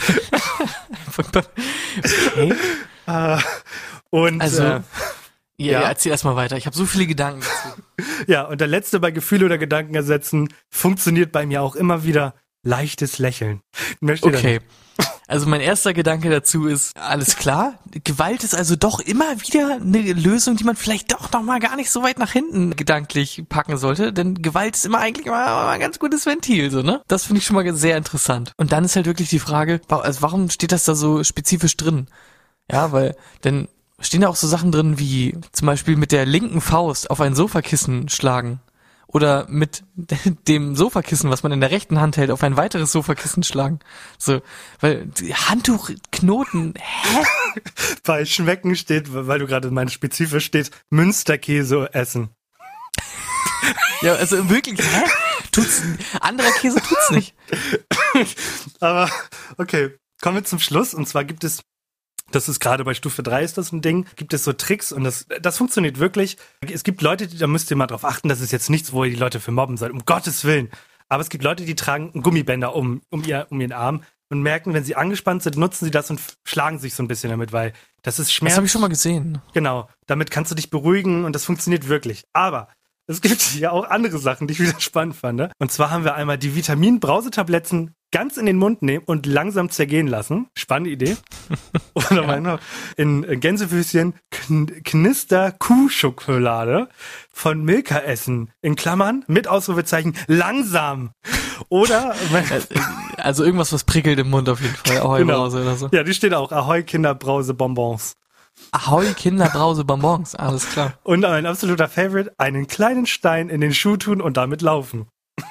Okay. Äh, und Also, äh, ja, ja. ja, erzähl erst mal weiter. Ich habe so viele Gedanken dazu. ja, und der letzte bei Gefühle oder Gedanken ersetzen funktioniert bei mir auch immer wieder leichtes Lächeln. Mehr steht da Okay. nicht. Also mein erster Gedanke dazu ist, alles klar, Gewalt ist also doch immer wieder eine Lösung, die man vielleicht doch noch mal gar nicht so weit nach hinten gedanklich packen sollte, denn Gewalt ist immer eigentlich immer, immer ein ganz gutes Ventil, so, ne? Das finde ich schon mal sehr interessant. Und dann ist halt wirklich die Frage, wa- also warum steht das da so spezifisch drin? Ja, weil, denn stehen da auch so Sachen drin wie zum Beispiel mit der linken Faust auf ein Sofakissen schlagen. Oder mit dem Sofakissen, was man in der rechten Hand hält, auf ein weiteres Sofakissen schlagen. So, weil die Handtuchknoten, hä? Bei Schmecken steht, weil du gerade meinst, spezifisch steht, Münsterkäse essen. Ja, also wirklich, hä? Tut's, anderer Käse tut's nicht. Aber, okay, kommen wir zum Schluss. Und zwar gibt es, das ist gerade bei Stufe drei ist das ein Ding, gibt es so Tricks und das, das funktioniert wirklich. Es gibt Leute, die, da müsst ihr mal drauf achten, das ist jetzt nichts, wo ihr die Leute für mobben sollt, um Gottes Willen. Aber es gibt Leute, die tragen Gummibänder um, um, ihr, um ihren Arm und merken, wenn sie angespannt sind, nutzen sie das und f- schlagen sich so ein bisschen damit, weil das ist Schmerz. Das habe ich schon mal gesehen. Genau, damit kannst du dich beruhigen und das funktioniert wirklich. Aber es gibt ja auch andere Sachen, die ich wieder spannend fand. Ne? Und zwar haben wir einmal die Vitamin-Brausetabletten ganz in den Mund nehmen und langsam zergehen lassen. Spannende Idee. Oder mal noch in Gänsefüßchen Kn- Knister Kuhschokolade von Milka essen. In Klammern mit Ausrufezeichen langsam. Oder also irgendwas, was prickelt im Mund auf jeden Fall. Ahoi genau. Brause oder so. Ja, die steht auch. Ahoi Kinderbrause Bonbons. Ahoi Kinderbrause Bonbons. Alles klar. Und mein absoluter Favorite, einen kleinen Stein in den Schuh tun und damit laufen.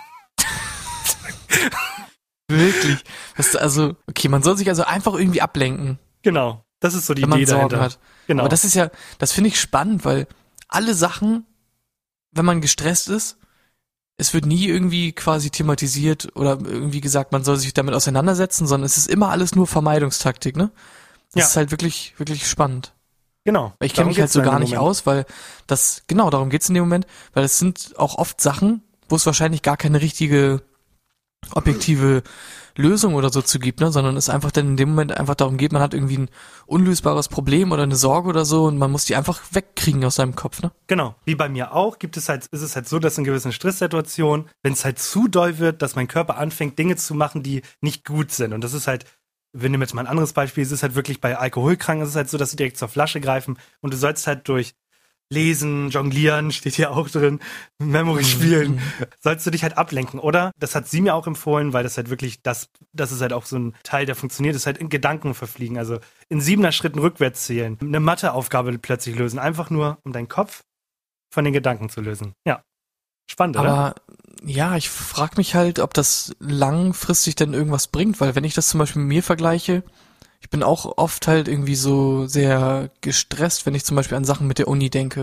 Wirklich. Das, also, okay, man soll sich also einfach irgendwie ablenken. Genau, das ist so die wenn man Idee Sorgen dahinter. Hat. Genau. Aber das ist ja, das finde ich spannend, weil alle Sachen, wenn man gestresst ist, es wird nie irgendwie quasi thematisiert oder irgendwie gesagt, man soll sich damit auseinandersetzen, sondern es ist immer alles nur Vermeidungstaktik, ne? Das Ja. ist halt wirklich, wirklich spannend. Genau. Weil ich kenne mich halt so gar nicht aus, weil das, genau, darum geht's in dem Moment, weil es sind auch oft Sachen, wo es wahrscheinlich gar keine richtige objektive Lösung oder so zu gibt, ne, sondern es einfach dann in dem Moment einfach darum geht, man hat irgendwie ein unlösbares Problem oder eine Sorge oder so und man muss die einfach wegkriegen aus seinem Kopf, ne? Genau. Wie bei mir auch, gibt es halt, ist es halt so, dass in gewissen Stresssituationen, wenn es halt zu doll wird, dass mein Körper anfängt, Dinge zu machen, die nicht gut sind. Und das ist halt, wir nehmen jetzt mal ein anderes Beispiel, es ist halt wirklich bei Alkoholkranken, es ist halt so, dass sie direkt zur Flasche greifen und du sollst halt durch Lesen, Jonglieren, steht hier auch drin, Memory spielen, mhm. sollst du dich halt ablenken, oder? Das hat sie mir auch empfohlen, weil das halt wirklich, das, das ist halt auch so ein Teil, der funktioniert, ist halt in Gedanken verfliegen, also in siebener Schritten rückwärts zählen, eine Matheaufgabe plötzlich lösen, einfach nur, um deinen Kopf von den Gedanken zu lösen. Ja, spannend, oder? Aber ja, ich frage mich halt, ob das langfristig denn irgendwas bringt, weil wenn ich das zum Beispiel mit mir vergleiche, ich bin auch oft halt irgendwie so sehr gestresst, wenn ich zum Beispiel an Sachen mit der Uni denke.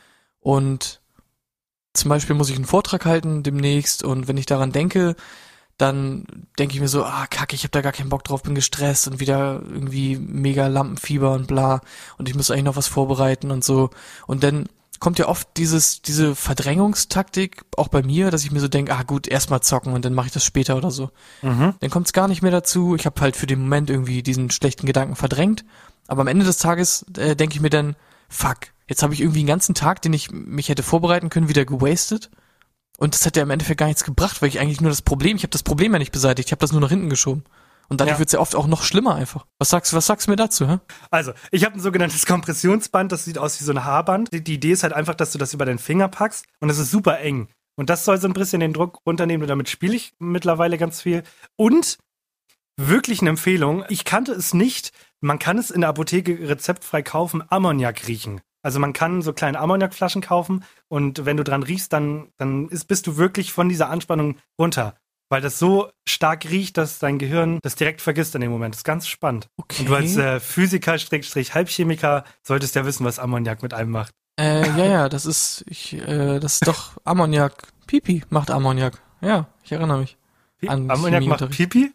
Und zum Beispiel muss ich einen Vortrag halten demnächst und wenn ich daran denke, dann denke ich mir so, ah, kacke, ich habe da gar keinen Bock drauf, bin gestresst und wieder irgendwie mega Lampenfieber und bla und ich muss eigentlich noch was vorbereiten und so. Und dann kommt ja oft dieses diese Verdrängungstaktik, auch bei mir, dass ich mir so denke, ah gut, erstmal zocken und dann mache ich das später oder so. Mhm. Dann kommt es gar nicht mehr dazu. Ich habe halt für den Moment irgendwie diesen schlechten Gedanken verdrängt. Aber am Ende des Tages äh, denke ich mir dann, fuck, jetzt habe ich irgendwie einen ganzen Tag, den ich mich hätte vorbereiten können, wieder gewastet. Und das hat ja im Endeffekt gar nichts gebracht, weil ich eigentlich nur das Problem, ich habe das Problem ja nicht beseitigt, ich habe das nur nach hinten geschoben. Und dadurch ja. wird's ja oft auch noch schlimmer einfach. Was sagst, was sagst du mir dazu, hä? Also, ich habe ein sogenanntes Kompressionsband, das sieht aus wie so ein Haarband. Die, die Idee ist halt einfach, dass du das über deinen Finger packst und es ist super eng. Und das soll so ein bisschen den Druck runternehmen und damit spiele ich mittlerweile ganz viel. Und wirklich eine Empfehlung, ich kannte es nicht, man kann es in der Apotheke rezeptfrei kaufen, Ammoniak riechen. Also man kann so kleine Ammoniakflaschen kaufen und wenn du dran riechst, dann, dann ist, bist du wirklich von dieser Anspannung runter. Weil das so stark riecht, dass dein Gehirn das direkt vergisst in dem Moment. Das ist ganz spannend. Okay. Und du als äh, Physiker-Halbchemiker solltest ja wissen, was Ammoniak mit einem macht. Äh, ja, ja, das ist, ich, äh, das ist doch Ammoniak. Pipi macht Ammoniak. Ja, ich erinnere mich. Pi- an Ammoniak macht Pipi?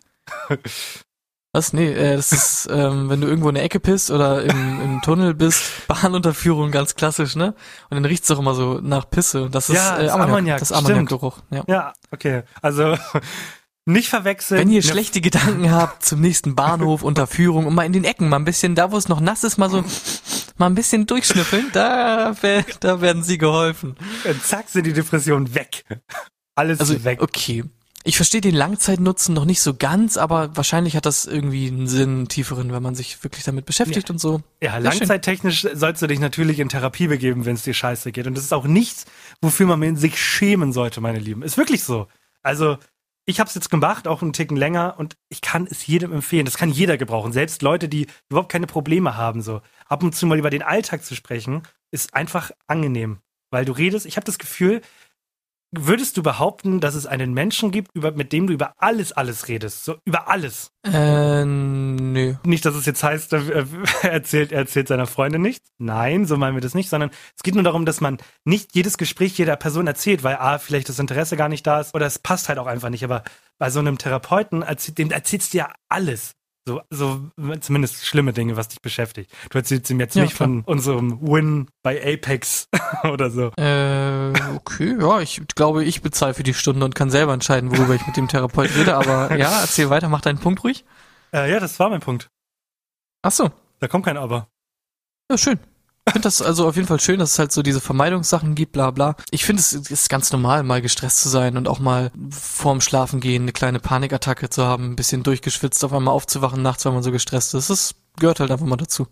Was? Nee, äh, das ist, ähm, wenn du irgendwo in der Ecke pisst oder im, im Tunnel bist, Bahnunterführung, ganz klassisch, ne? Und dann riecht's doch immer so nach Pisse. Das ist ja, äh, das Ammoniak, Ammoniak, das Ammoniakgeruch. Ja. ja, okay. Also nicht verwechseln. Wenn ihr schlechte Gedanken habt zum nächsten Bahnhof, Unterführung und mal in den Ecken, mal ein bisschen, da wo es noch nass ist, mal so mal ein bisschen durchschnüffeln, da, da werden sie geholfen. Und zack, sind die Depressionen weg. Alles also, weg. Okay. Ich verstehe den Langzeitnutzen noch nicht so ganz, aber wahrscheinlich hat das irgendwie einen Sinn, einen tieferen, wenn man sich wirklich damit beschäftigt ja. und so. Ja, langzeittechnisch sollst du dich natürlich in Therapie begeben, wenn es dir scheiße geht. Und das ist auch nichts, wofür man sich schämen sollte, meine Lieben. Ist wirklich so. Also, ich habe es jetzt gemacht, auch einen Ticken länger, und ich kann es jedem empfehlen. Das kann jeder gebrauchen. Selbst Leute, die überhaupt keine Probleme haben, so ab und zu mal über den Alltag zu sprechen, ist einfach angenehm. Weil du redest, ich habe das Gefühl, würdest du behaupten, dass es einen Menschen gibt, über, mit dem du über alles, alles redest? So, über alles? Äh, nö. Nicht, dass es jetzt heißt, er erzählt, er erzählt seiner Freundin nichts. Nein, so meinen wir das nicht, sondern es geht nur darum, dass man nicht jedes Gespräch jeder Person erzählt, weil A, vielleicht das Interesse gar nicht da ist oder es passt halt auch einfach nicht. Aber bei so einem Therapeuten, erzähl, dem erzählst du ja alles. So, so zumindest schlimme Dinge, was dich beschäftigt. Du erzählst ihm jetzt ja, nicht klar. von unserem Win bei Apex oder so. Äh, okay, ja, ich glaube, ich bezahle für die Stunde und kann selber entscheiden, worüber ich mit dem Therapeut rede, aber ja, erzähl weiter, mach deinen Punkt ruhig. Äh, ja, das war mein Punkt. Ach so. Da kommt kein Aber. Ja, schön. Ich finde das also auf jeden Fall schön, dass es halt so diese Vermeidungssachen gibt, bla bla. Ich finde, es ist ganz normal, mal gestresst zu sein und auch mal vorm Schlafengehen eine kleine Panikattacke zu haben, ein bisschen durchgeschwitzt, auf einmal aufzuwachen nachts, weil man so gestresst ist. Das gehört halt einfach mal dazu.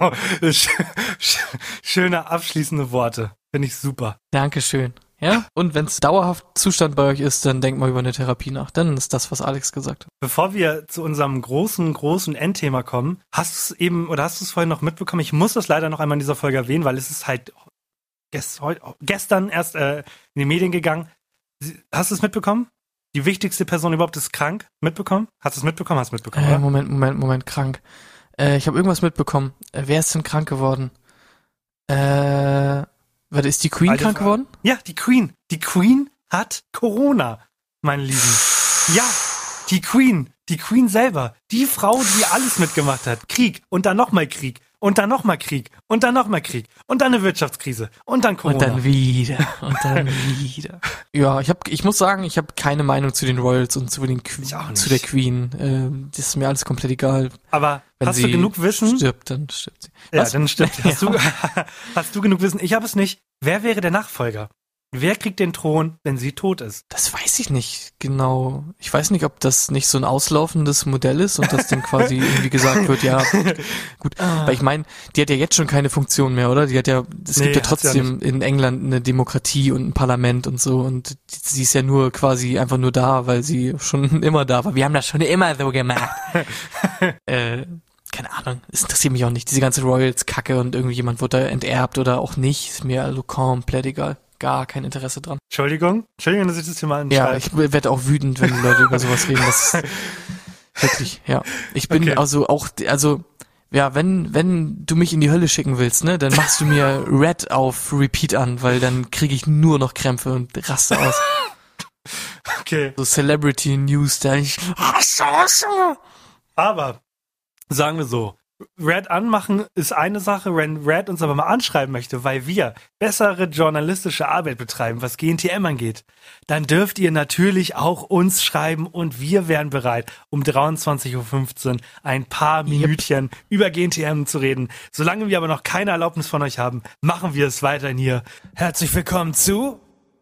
Schöne abschließende Worte. Finde ich super. Dankeschön. Ja, und wenn es dauerhaft Zustand bei euch ist, dann denkt mal über eine Therapie nach. Dann ist das, was Alex gesagt hat. Bevor wir zu unserem großen, großen Endthema kommen, hast du es eben, oder hast du es vorhin noch mitbekommen? Ich muss das leider noch einmal in dieser Folge erwähnen, weil es ist halt gest, heut, gestern erst äh, in die Medien gegangen. Hast du es mitbekommen? Die wichtigste Person überhaupt ist krank. Mitbekommen? Hast du es mitbekommen? Hast du es mitbekommen, äh, oder? Moment, Moment, Moment, krank. Äh, ich habe irgendwas mitbekommen. Äh, wer ist denn krank geworden? Äh... Warte, ist die Queen Alte krank Frage. geworden? Ja, die Queen. Die Queen hat Corona, meine Lieben. Ja, die Queen. Die Queen selber. Die Frau, die alles mitgemacht hat. Krieg und dann nochmal Krieg und dann nochmal Krieg und dann nochmal Krieg und dann eine Wirtschaftskrise und dann Corona. Und dann wieder und dann wieder. Ja, ich hab, ich muss sagen, ich habe keine Meinung zu den Royals und zu, den, zu der Queen. Ähm, das ist mir alles komplett egal. Aber Wenn hast sie du genug Wissen? Stirbt, dann stirbt sie. Ja, Was? dann stirbt sie. Hast, Ja. du, hast du genug Wissen? Ich habe es nicht. Wer wäre der Nachfolger? Wer kriegt den Thron, wenn sie tot ist? Das weiß ich nicht genau. Ich weiß nicht, ob das nicht so ein auslaufendes Modell ist und dass dann quasi irgendwie gesagt wird, ja, gut. Weil ich meine, die hat ja jetzt schon keine Funktion mehr, oder? Die hat ja, es Nee, gibt ja hat sie ja trotzdem in England eine Demokratie und ein Parlament und so und sie ist ja nur quasi einfach nur da, weil sie schon immer da war. Wir haben das schon immer so gemacht. äh, keine Ahnung, es interessiert mich auch nicht. Diese ganze Royals-Kacke und irgendjemand wird da enterbt oder auch nicht, ist mir also komplett egal. Gar kein Interesse dran. Entschuldigung? Entschuldigung, dass ich das hier mal Ja, anschreibe. ich werde auch wütend, wenn die Leute über sowas reden. Das ist wirklich, ja. Ich bin Okay. also auch, also, ja, wenn, wenn du mich in die Hölle schicken willst, ne, dann machst du mir Red auf Repeat an, weil dann kriege ich nur noch Krämpfe und raste aus. Okay. So Celebrity News, da ich hasse, hasse. Aber, sagen wir so, Red anmachen ist eine Sache, wenn Red uns aber mal anschreiben möchte, weil wir bessere journalistische Arbeit betreiben, was G N T M angeht, dann dürft ihr natürlich auch uns schreiben und wir wären bereit, um dreiundzwanzig Uhr fünfzehn ein paar Minütchen über G N T M zu reden. Solange wir aber noch keine Erlaubnis von euch haben, machen wir es weiterhin hier. Herzlich willkommen zu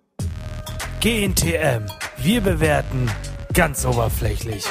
G N T M. Wir bewerten ganz oberflächlich.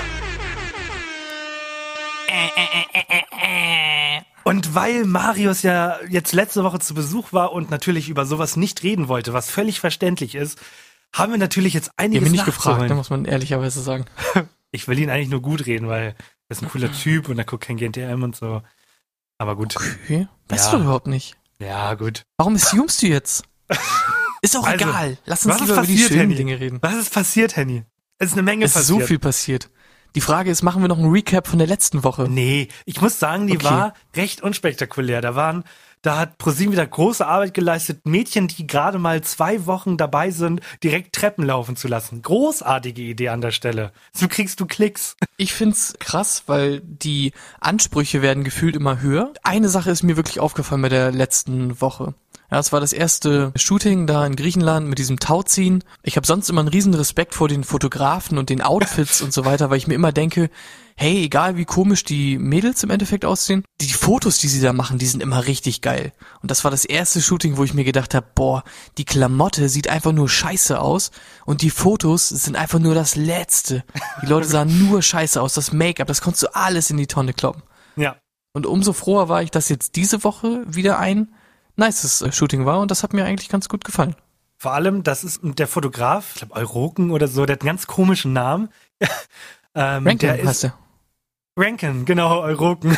Und weil Marius ja jetzt letzte Woche zu Besuch war und natürlich über sowas nicht reden wollte, was völlig verständlich ist, haben wir natürlich jetzt Ich einiges habe mich nicht nachzuholen. gefragt, da muss man ehrlicherweise sagen. Ich will ihn eigentlich nur gut reden, weil er ist ein cooler Typ und er guckt kein G N T M und so. Aber gut. Okay, weißt Ja. du doch überhaupt nicht. Ja, gut. Warum assumst du jetzt? Ist auch Also, egal. Lass uns was ist lieber über die passiert, schönen Henny? Dinge reden. Was ist passiert, Henny? Es ist eine Menge Es ist passiert. so viel passiert. Die Frage ist, machen wir noch einen Recap von der letzten Woche? Nee, ich muss sagen, die Okay. war recht unspektakulär. Da waren, da hat ProSieben wieder große Arbeit geleistet, Mädchen, die gerade mal zwei Wochen dabei sind, direkt Treppen laufen zu lassen. Großartige Idee an der Stelle. So kriegst du Klicks. Ich find's krass, weil die Ansprüche werden gefühlt immer höher. Eine Sache ist mir wirklich aufgefallen bei der letzten Woche. Ja, es war das erste Shooting da in Griechenland mit diesem Tauziehen. Ich habe sonst immer einen riesen Respekt vor den Fotografen und den Outfits und so weiter, weil ich mir immer denke, hey, egal wie komisch die Mädels im Endeffekt aussehen, die Fotos, die sie da machen, die sind immer richtig geil. Und das war das erste Shooting, wo ich mir gedacht habe, boah, die Klamotte sieht einfach nur scheiße aus und die Fotos sind einfach nur das Letzte. Die Leute sahen nur scheiße aus, das Make-up, das konntest du alles in die Tonne kloppen. Ja. Und umso froher war ich, dass jetzt diese Woche wieder ein nices äh, Shooting war und das hat mir eigentlich ganz gut gefallen. Vor allem, das ist der Fotograf, ich glaube Euroken oder so, der hat einen ganz komischen Namen. ähm, Rankin der ist, heißt er. Rankin, genau, Euroken.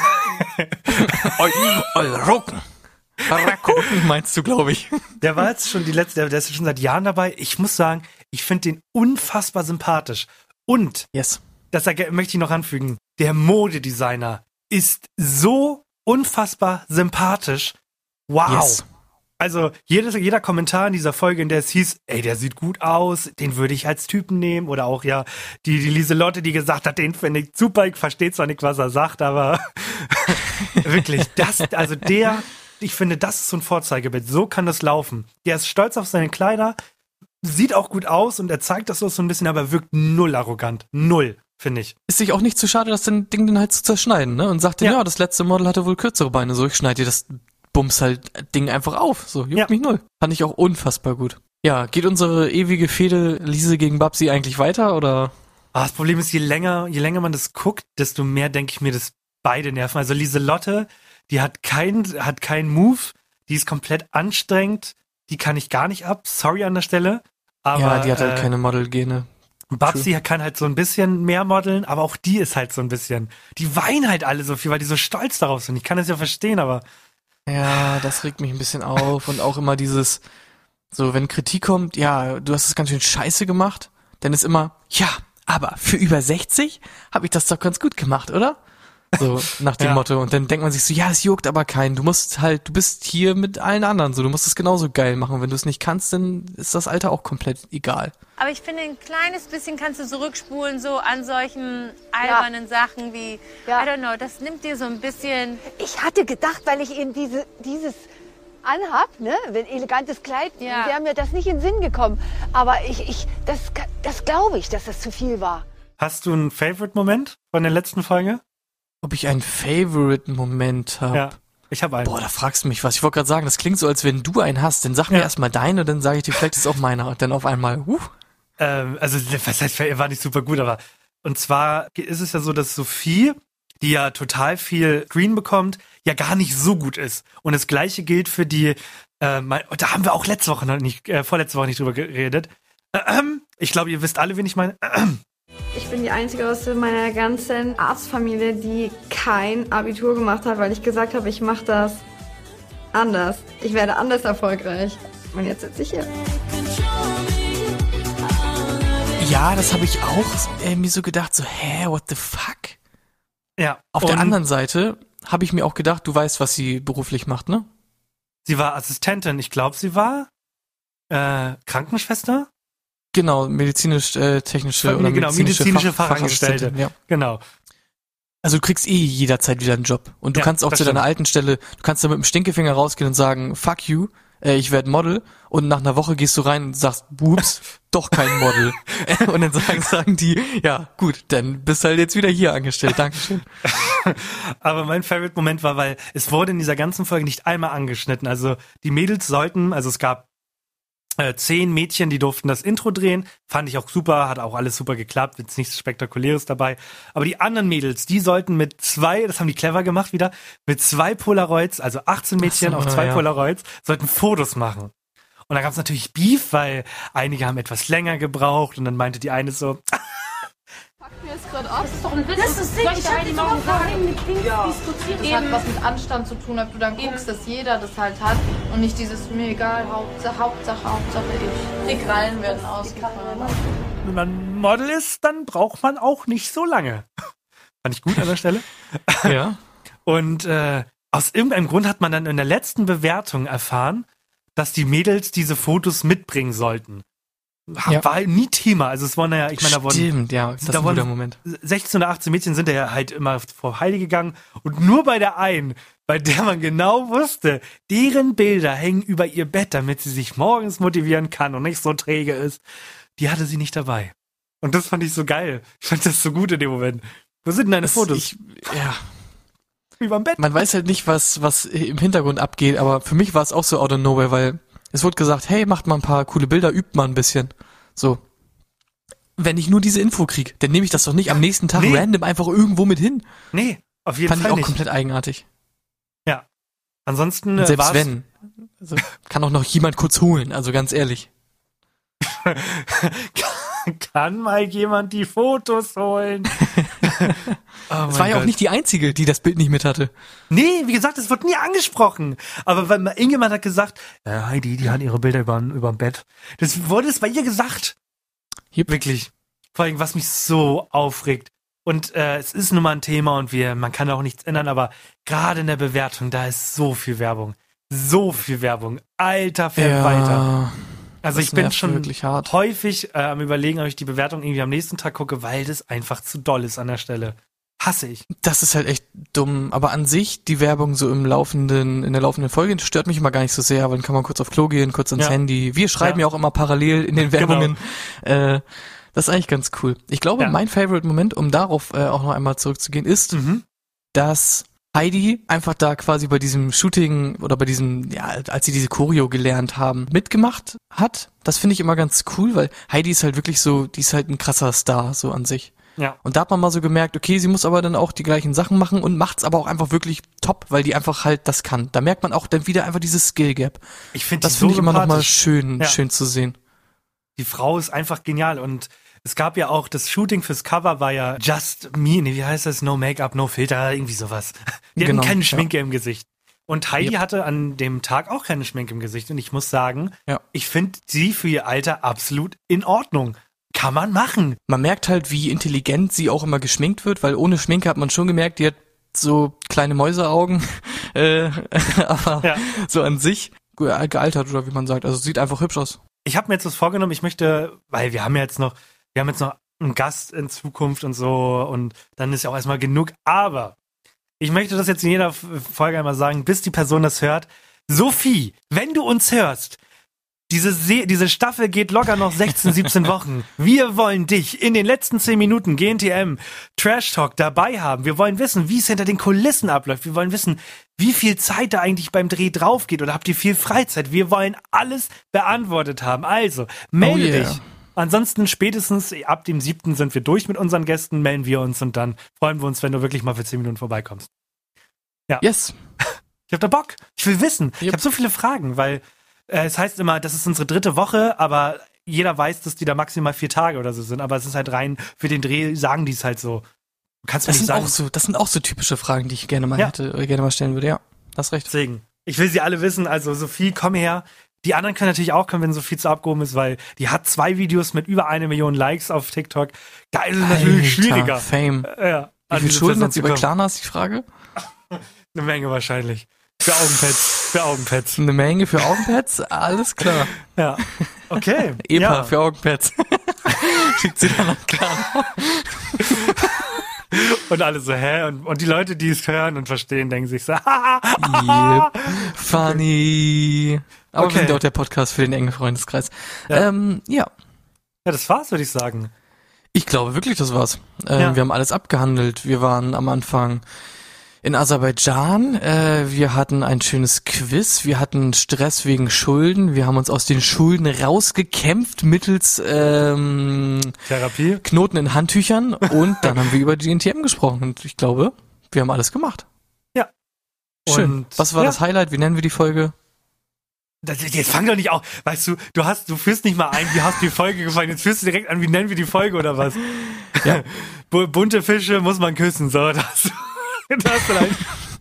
Euroken. Rakoten meinst du, glaube ich. Der war jetzt schon die letzte, der, der ist schon seit Jahren dabei. Ich muss sagen, ich finde den unfassbar sympathisch. Und, Yes. das erge- möchte ich noch anfügen, der Modedesigner ist so unfassbar sympathisch. Wow. Yes. Also jedes, jeder Kommentar in dieser Folge, in der es hieß, ey, der sieht gut aus, den würde ich als Typen nehmen. Oder auch ja die, die Lieselotte, die gesagt hat, den finde ich super, ich verstehe zwar nicht, was er sagt, aber wirklich, das, also der, ich finde, das ist so ein Vorzeigebild. So kann das laufen. Der ist stolz auf seine Kleider, sieht auch gut aus und er zeigt das so ein bisschen, aber wirkt null arrogant. Null, finde ich. Ist sich auch nicht zu schade, das Ding dann halt zu zerschneiden, ne? Und sagt dann, Ja. ja, das letzte Model hatte wohl kürzere Beine, so ich schneide dir das bums halt Ding einfach auf. So, juckt Ja. mich null. Fand ich auch unfassbar gut. Ja, geht unsere ewige Fehde Lise gegen Babsi eigentlich weiter, oder? Ah, das Problem ist, je länger, je länger man das guckt, desto mehr denke ich mir, dass beide nerven. Also Lieselotte, die hat keinen, hat keinen Move, die ist komplett anstrengend, die kann ich gar nicht ab. Sorry an der Stelle. Aber, ja, die hat halt äh, keine Model-Gene. Babsi kann halt so ein bisschen mehr modeln, aber auch die ist halt so ein bisschen. Die weinen halt alle so viel, weil die so stolz darauf sind. Ich kann das ja verstehen, aber. Ja, das regt mich ein bisschen auf. Und auch immer dieses, so, wenn Kritik kommt, ja, du hast es ganz schön scheiße gemacht, dann ist immer, ja, aber für über sechzig habe ich das doch ganz gut gemacht, oder? So, nach dem Ja. Motto. Und dann denkt man sich so, ja, es juckt aber keinen. Du musst halt, du bist hier mit allen anderen so, du musst es genauso geil machen. Wenn du es nicht kannst, dann ist das Alter auch komplett egal. Aber ich finde, ein kleines bisschen kannst du zurückspulen, so an solchen albernen Sachen wie, Ja. I don't know, das nimmt dir so ein bisschen... Ich hatte gedacht, weil ich eben diese, dieses anhab, ne, ein elegantes Kleid, Ja. wäre mir das nicht in den Sinn gekommen. Aber ich, ich, das, das glaube ich, dass das zu viel war. Hast du einen Favorite-Moment von der letzten Folge? Ob ich einen Favorite-Moment habe? Ja, ich habe einen. Boah, da fragst du mich was. Ich wollte gerade sagen, das klingt so, als wenn du einen hast. Dann sag mir Ja. erstmal deinen und dann sage ich dir, vielleicht ist auch meiner. Und dann auf einmal, huh. Ähm, also, was heißt, er war nicht super gut, aber und zwar ist es ja so, dass Sophie, die ja total viel Screen bekommt, ja gar nicht so gut ist. Und das Gleiche gilt für die, äh, mein, da haben wir auch letzte Woche noch nicht, äh, vorletzte Woche nicht drüber geredet. Ähm, ich glaube, ihr wisst alle, wen ich meine. Ähm, Ich bin die Einzige aus meiner ganzen Arztfamilie, die kein Abitur gemacht hat, weil ich gesagt habe, ich mache das anders. Ich werde anders erfolgreich. Und jetzt sitze ich hier. Ja, das habe ich auch äh, mir so gedacht, so, hä, what the fuck? ja. Auf der Und anderen Seite habe ich mir auch gedacht, du weißt, was sie beruflich macht, ne? Sie war Assistentin. Ich glaube, sie war äh, Krankenschwester. Genau, medizinisch-technische Ver- oder genau, medizinische, medizinische Fach- Fachangestellte. Fachassistentin, Ja. Genau. Also du kriegst eh jederzeit wieder einen Job. Und du Ja, kannst auch das zu deiner stimmt. alten Stelle, du kannst da mit dem Stinkefinger rausgehen und sagen, fuck you, äh, ich werde Model. Und nach einer Woche gehst du rein und sagst, ups, doch kein Model. Und dann sagen, sagen die, ja gut, dann bist du halt jetzt wieder hier angestellt. Dankeschön. Aber mein Favorite-Moment war, weil es wurde in dieser ganzen Folge nicht einmal angeschnitten. Also die Mädels sollten, also es gab äh, zehn Mädchen, die durften das Intro drehen. Fand ich auch super, hat auch alles super geklappt, jetzt nichts Spektakuläres dabei. Aber die anderen Mädels, die sollten mit zwei, das haben die clever gemacht wieder, mit zwei Polaroids, also achtzehn Mädchen Ach so, auf zwei ja. Polaroids, sollten Fotos machen. Und da gab es natürlich Beef, weil einige haben etwas länger gebraucht und dann meinte die eine so, Mir ist gerade auf. Das ist doch ein Witz. Das ist nicht, ich hab jetzt morgen vorhin mit Dings diskutiert. Das hat was mit Anstand zu tun, ob du dann guckst, dass jeder das halt hat und nicht dieses mir egal, Hauptsache, Hauptsache, Hauptsache ich. Die Krallen werden ausgefahren. wenn man Model ist, dann braucht man auch nicht so lange. Fand ich gut an der Stelle. Ja. Und äh, aus irgendeinem Grund hat man dann in der letzten Bewertung erfahren, dass die Mädels diese Fotos mitbringen sollten. Ja. War nie Thema. Also es waren ja, ich meine, da wurden Stimmt, ja, das ist da ein guter wurden Moment. sechzehn oder achtzehn Mädchen sind ja halt immer vor Heidi gegangen und nur bei der einen, bei der man genau wusste, deren Bilder hängen über ihr Bett, damit sie sich morgens motivieren kann und nicht so träge ist, die hatte sie nicht dabei. Und das fand ich so geil. Ich fand das so gut in dem Moment. Wo sind denn deine Das, Fotos? ich, ja, Überm Bett? man weiß halt nicht, was, was im Hintergrund abgeht, aber für mich war es auch so out of nowhere, weil es wurde gesagt, hey, macht mal ein paar coole Bilder, übt mal ein bisschen. So. Wenn ich nur diese Info krieg, dann nehme ich das doch nicht am nächsten Tag Nee. random einfach irgendwo mit hin. Nee, auf jeden Fand Fall ich auch nicht. komplett eigenartig. Ansonsten Und äh, selbst war's- wenn. Also, kann auch noch jemand kurz holen, also ganz ehrlich. Kann mal jemand die Fotos holen? Oh Es mein war ja auch Gott. nicht die Einzige, die das Bild nicht mit hatte. Nee, wie gesagt, es wird nie angesprochen. Aber weil mal irgendjemand hat gesagt, äh, Heidi, die hat ihre Bilder über überm Bett. Das wurde es bei ihr gesagt. Yep. Wirklich. Vor allem, was mich so aufregt. Und äh, es ist nun mal ein Thema und wir, man kann auch nichts ändern, aber gerade in der Bewertung, da ist so viel Werbung. So viel Werbung. Alter Verwalter. Also das ich bin nervt schon wirklich hart. häufig äh, am Überlegen, ob ich die Bewertung irgendwie am nächsten Tag gucke, weil das einfach zu doll ist an der Stelle. Hasse ich. Das ist halt echt dumm. Aber an sich, die Werbung so im laufenden, in der laufenden Folge, das stört mich immer gar nicht so sehr, aber dann kann man kurz auf Klo gehen, kurz ans Ja. Handy. Wir schreiben ja. Ja. auch immer parallel in den Werbungen. Äh, das ist eigentlich ganz cool. Ich glaube, Ja. mein Favorite-Moment, um darauf äh, auch noch einmal zurückzugehen, ist, Mhm. dass Heidi einfach da quasi bei diesem Shooting oder bei diesem, ja, als sie diese Choreo gelernt haben, mitgemacht hat. Das finde ich immer ganz cool, weil Heidi ist halt wirklich so, die ist halt ein krasser Star so an sich. Ja. Und da hat man mal so gemerkt, okay, sie muss aber dann auch die gleichen Sachen machen und macht's aber auch einfach wirklich top, weil die einfach halt das kann. Da merkt man auch dann wieder einfach dieses Skill Gap. Ich finde das finde ich immer noch mal schön, ja. schön zu sehen. Die Frau ist einfach genial und es gab ja auch, das Shooting fürs Cover war ja Just Me, nee, wie heißt das? No Make-up, no Filter, irgendwie sowas. Die genau, hatten keine Schminke ja. im Gesicht. Und Heidi yep. hatte an dem Tag auch keine Schminke im Gesicht. Und ich muss sagen, ja. ich finde sie für ihr Alter absolut in Ordnung. Kann man machen. Man merkt halt, wie intelligent sie auch immer geschminkt wird, weil ohne Schminke hat man schon gemerkt, die hat so kleine Mäuseaugen, äh, aber ja. so an sich gealtert oder wie man sagt. Also sieht einfach hübsch aus. Ich habe mir jetzt was vorgenommen, ich möchte, weil wir haben ja jetzt noch, wir haben jetzt noch einen Gast in Zukunft und so und dann ist ja auch erstmal genug, aber ich möchte das jetzt in jeder Folge einmal sagen, bis die Person das hört. Sophie, wenn du uns hörst, diese, Se- diese Staffel geht locker noch sechzehn, siebzehn Wochen. Wir wollen dich in den letzten zehn Minuten G N T M Trash Talk dabei haben. Wir wollen wissen, wie es hinter den Kulissen abläuft. Wir wollen wissen, wie viel Zeit da eigentlich beim Dreh drauf geht oder habt ihr viel Freizeit? Wir wollen alles beantwortet haben. Also, melde oh yeah. dich. Ansonsten spätestens ab dem siebten sind wir durch mit unseren Gästen, melden wir uns und dann freuen wir uns, wenn du wirklich mal für zehn Minuten vorbeikommst. Ja. Yes. Ich hab da Bock. Ich will wissen. Yep. Ich habe so viele Fragen, weil äh, es heißt immer, das ist unsere dritte Woche, aber jeder weiß, dass die da maximal vier Tage oder so sind. Aber es ist halt rein für den Dreh, sagen die es halt so. Du kannst mir das nicht sind sagen. auch so, das sind auch so typische Fragen, die ich gerne mal ja. hätte, oder gerne mal stellen würde. Ja, hast recht. Deswegen. Ich will sie alle wissen. Also Sophie, komm her. Die anderen können natürlich auch kommen, wenn Sophie zu abgehoben ist, weil die hat zwei Videos mit über eine Million Likes auf TikTok. Da ist es natürlich schwieriger. Fame. Ja, wie viel Schulden hat sie bei Klarna, ist die Frage? Eine Menge wahrscheinlich. Für Augenpads. Für Augenpads. Eine Menge für Augenpads? Alles klar. Ja. Okay. E P A ja. für Augenpads. Schickt sie dann nach Klarna. Und alle so, hä? Und, und die Leute, die es hören und verstehen, denken sich so, yep. Funny. Aber okay. wir sind auch der Podcast für den engen Freundeskreis. Ja. Ähm, ja. Ja, das war's, würde ich sagen. Ich glaube wirklich, das war's. Ähm, ja. Wir haben alles abgehandelt. Wir waren am Anfang in Aserbaidschan. Äh, wir hatten ein schönes Quiz. Wir hatten Stress wegen Schulden. Wir haben uns aus den Schulden rausgekämpft mittels ähm, Therapie, Knoten in Handtüchern. Und dann haben wir über G N T M gesprochen. Und ich glaube, wir haben alles gemacht. Ja. Schön. Und, was war ja. das Highlight? Wie nennen wir die Folge? Das, jetzt fang doch nicht auf. Weißt du, du hast, du führst nicht mal ein, wie hast du die Folge gefallen. Jetzt führst du direkt an, wie nennen wir die Folge oder was? Ja. Bunte Fische muss man küssen. So, das. Da hast du deinen,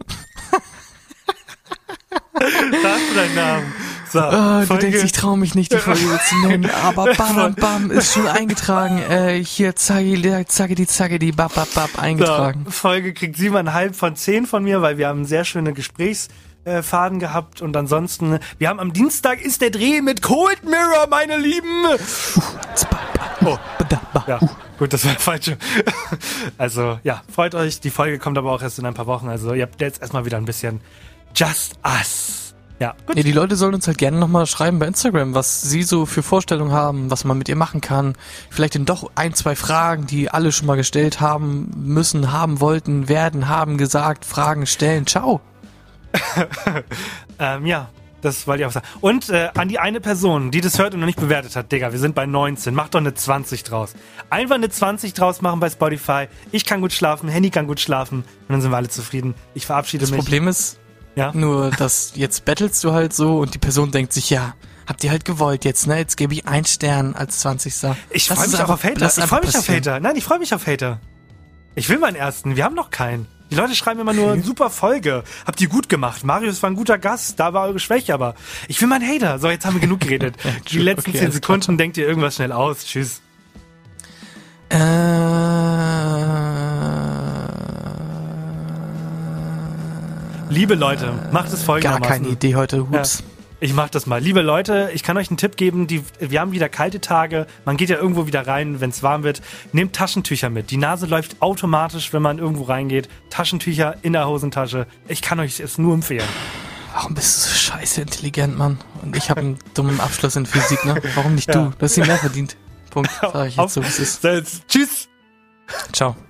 da hast du deinen Namen. So, oh, du Folge. denkst, ich traue mich nicht, die Folge zu nennen, aber bam, bam, bam, ist schon eingetragen. Äh, hier, zacki, zacki, die zacki, die bap, bap, bap, eingetragen. So, Folge kriegt siebeneinhalb von zehn von mir, weil wir haben sehr schöne Gesprächsfaden gehabt und ansonsten, wir haben am Dienstag ist der Dreh mit Cold Mirror, meine Lieben. Oh, ja. Gut, das war falsch. Also, ja, freut euch. Die Folge kommt aber auch erst in ein paar Wochen. Also, ihr habt jetzt erstmal wieder ein bisschen Just Us. Ja, gut. Ja, die Leute sollen uns halt gerne nochmal schreiben bei Instagram, was sie so für Vorstellungen haben, was man mit ihr machen kann. Vielleicht dann doch ein, zwei Fragen, die alle schon mal gestellt haben müssen, haben wollten, werden, haben gesagt, Fragen stellen. Ciao. ähm, ja. Das wollte ich auch sagen. Und äh, an die eine Person, die das hört und noch nicht bewertet hat, Digga, wir sind bei neunzehn. Mach doch eine zwanzig draus. Einfach eine zwanzig draus machen bei Spotify. Ich kann gut schlafen, Henny kann gut schlafen. Und dann sind wir alle zufrieden. Ich verabschiede das mich. Das Problem ist ja? nur, dass jetzt battlest du halt so und die Person denkt sich, ja, habt ihr halt gewollt jetzt, ne? Jetzt gebe ich einen Stern als zwanzigster. Ich freue mich auch auf Hater. Ich freue mich auf Hater. Nein, ich freue mich auf Hater. Ich will meinen ersten. Wir haben noch keinen. Die Leute schreiben immer nur, super Folge. Habt ihr gut gemacht. Marius war ein guter Gast. Da war eure Schwäche, aber ich will meinen Hater. So, jetzt haben wir genug geredet. ja, die letzten okay, zehn Sekunden klar. Denkt ihr irgendwas schnell aus. Tschüss. Äh, Liebe Leute, macht es folgendermaßen. Gar keine Idee heute. Hups. Ja. Ich mach das mal. Liebe Leute, ich kann euch einen Tipp geben. Die, wir haben wieder kalte Tage. Man geht ja irgendwo wieder rein, wenn es warm wird. Nehmt Taschentücher mit. Die Nase läuft automatisch, wenn man irgendwo reingeht. Taschentücher in der Hosentasche. Ich kann euch es nur empfehlen. Warum bist du so scheiße intelligent, Mann? Und ich habe einen dummen Abschluss in Physik, ne? Warum nicht ja. du? Du hast ihn mehr verdient. Punkt. Sag ich jetzt so, wie es ist. So, jetzt, tschüss. Ciao.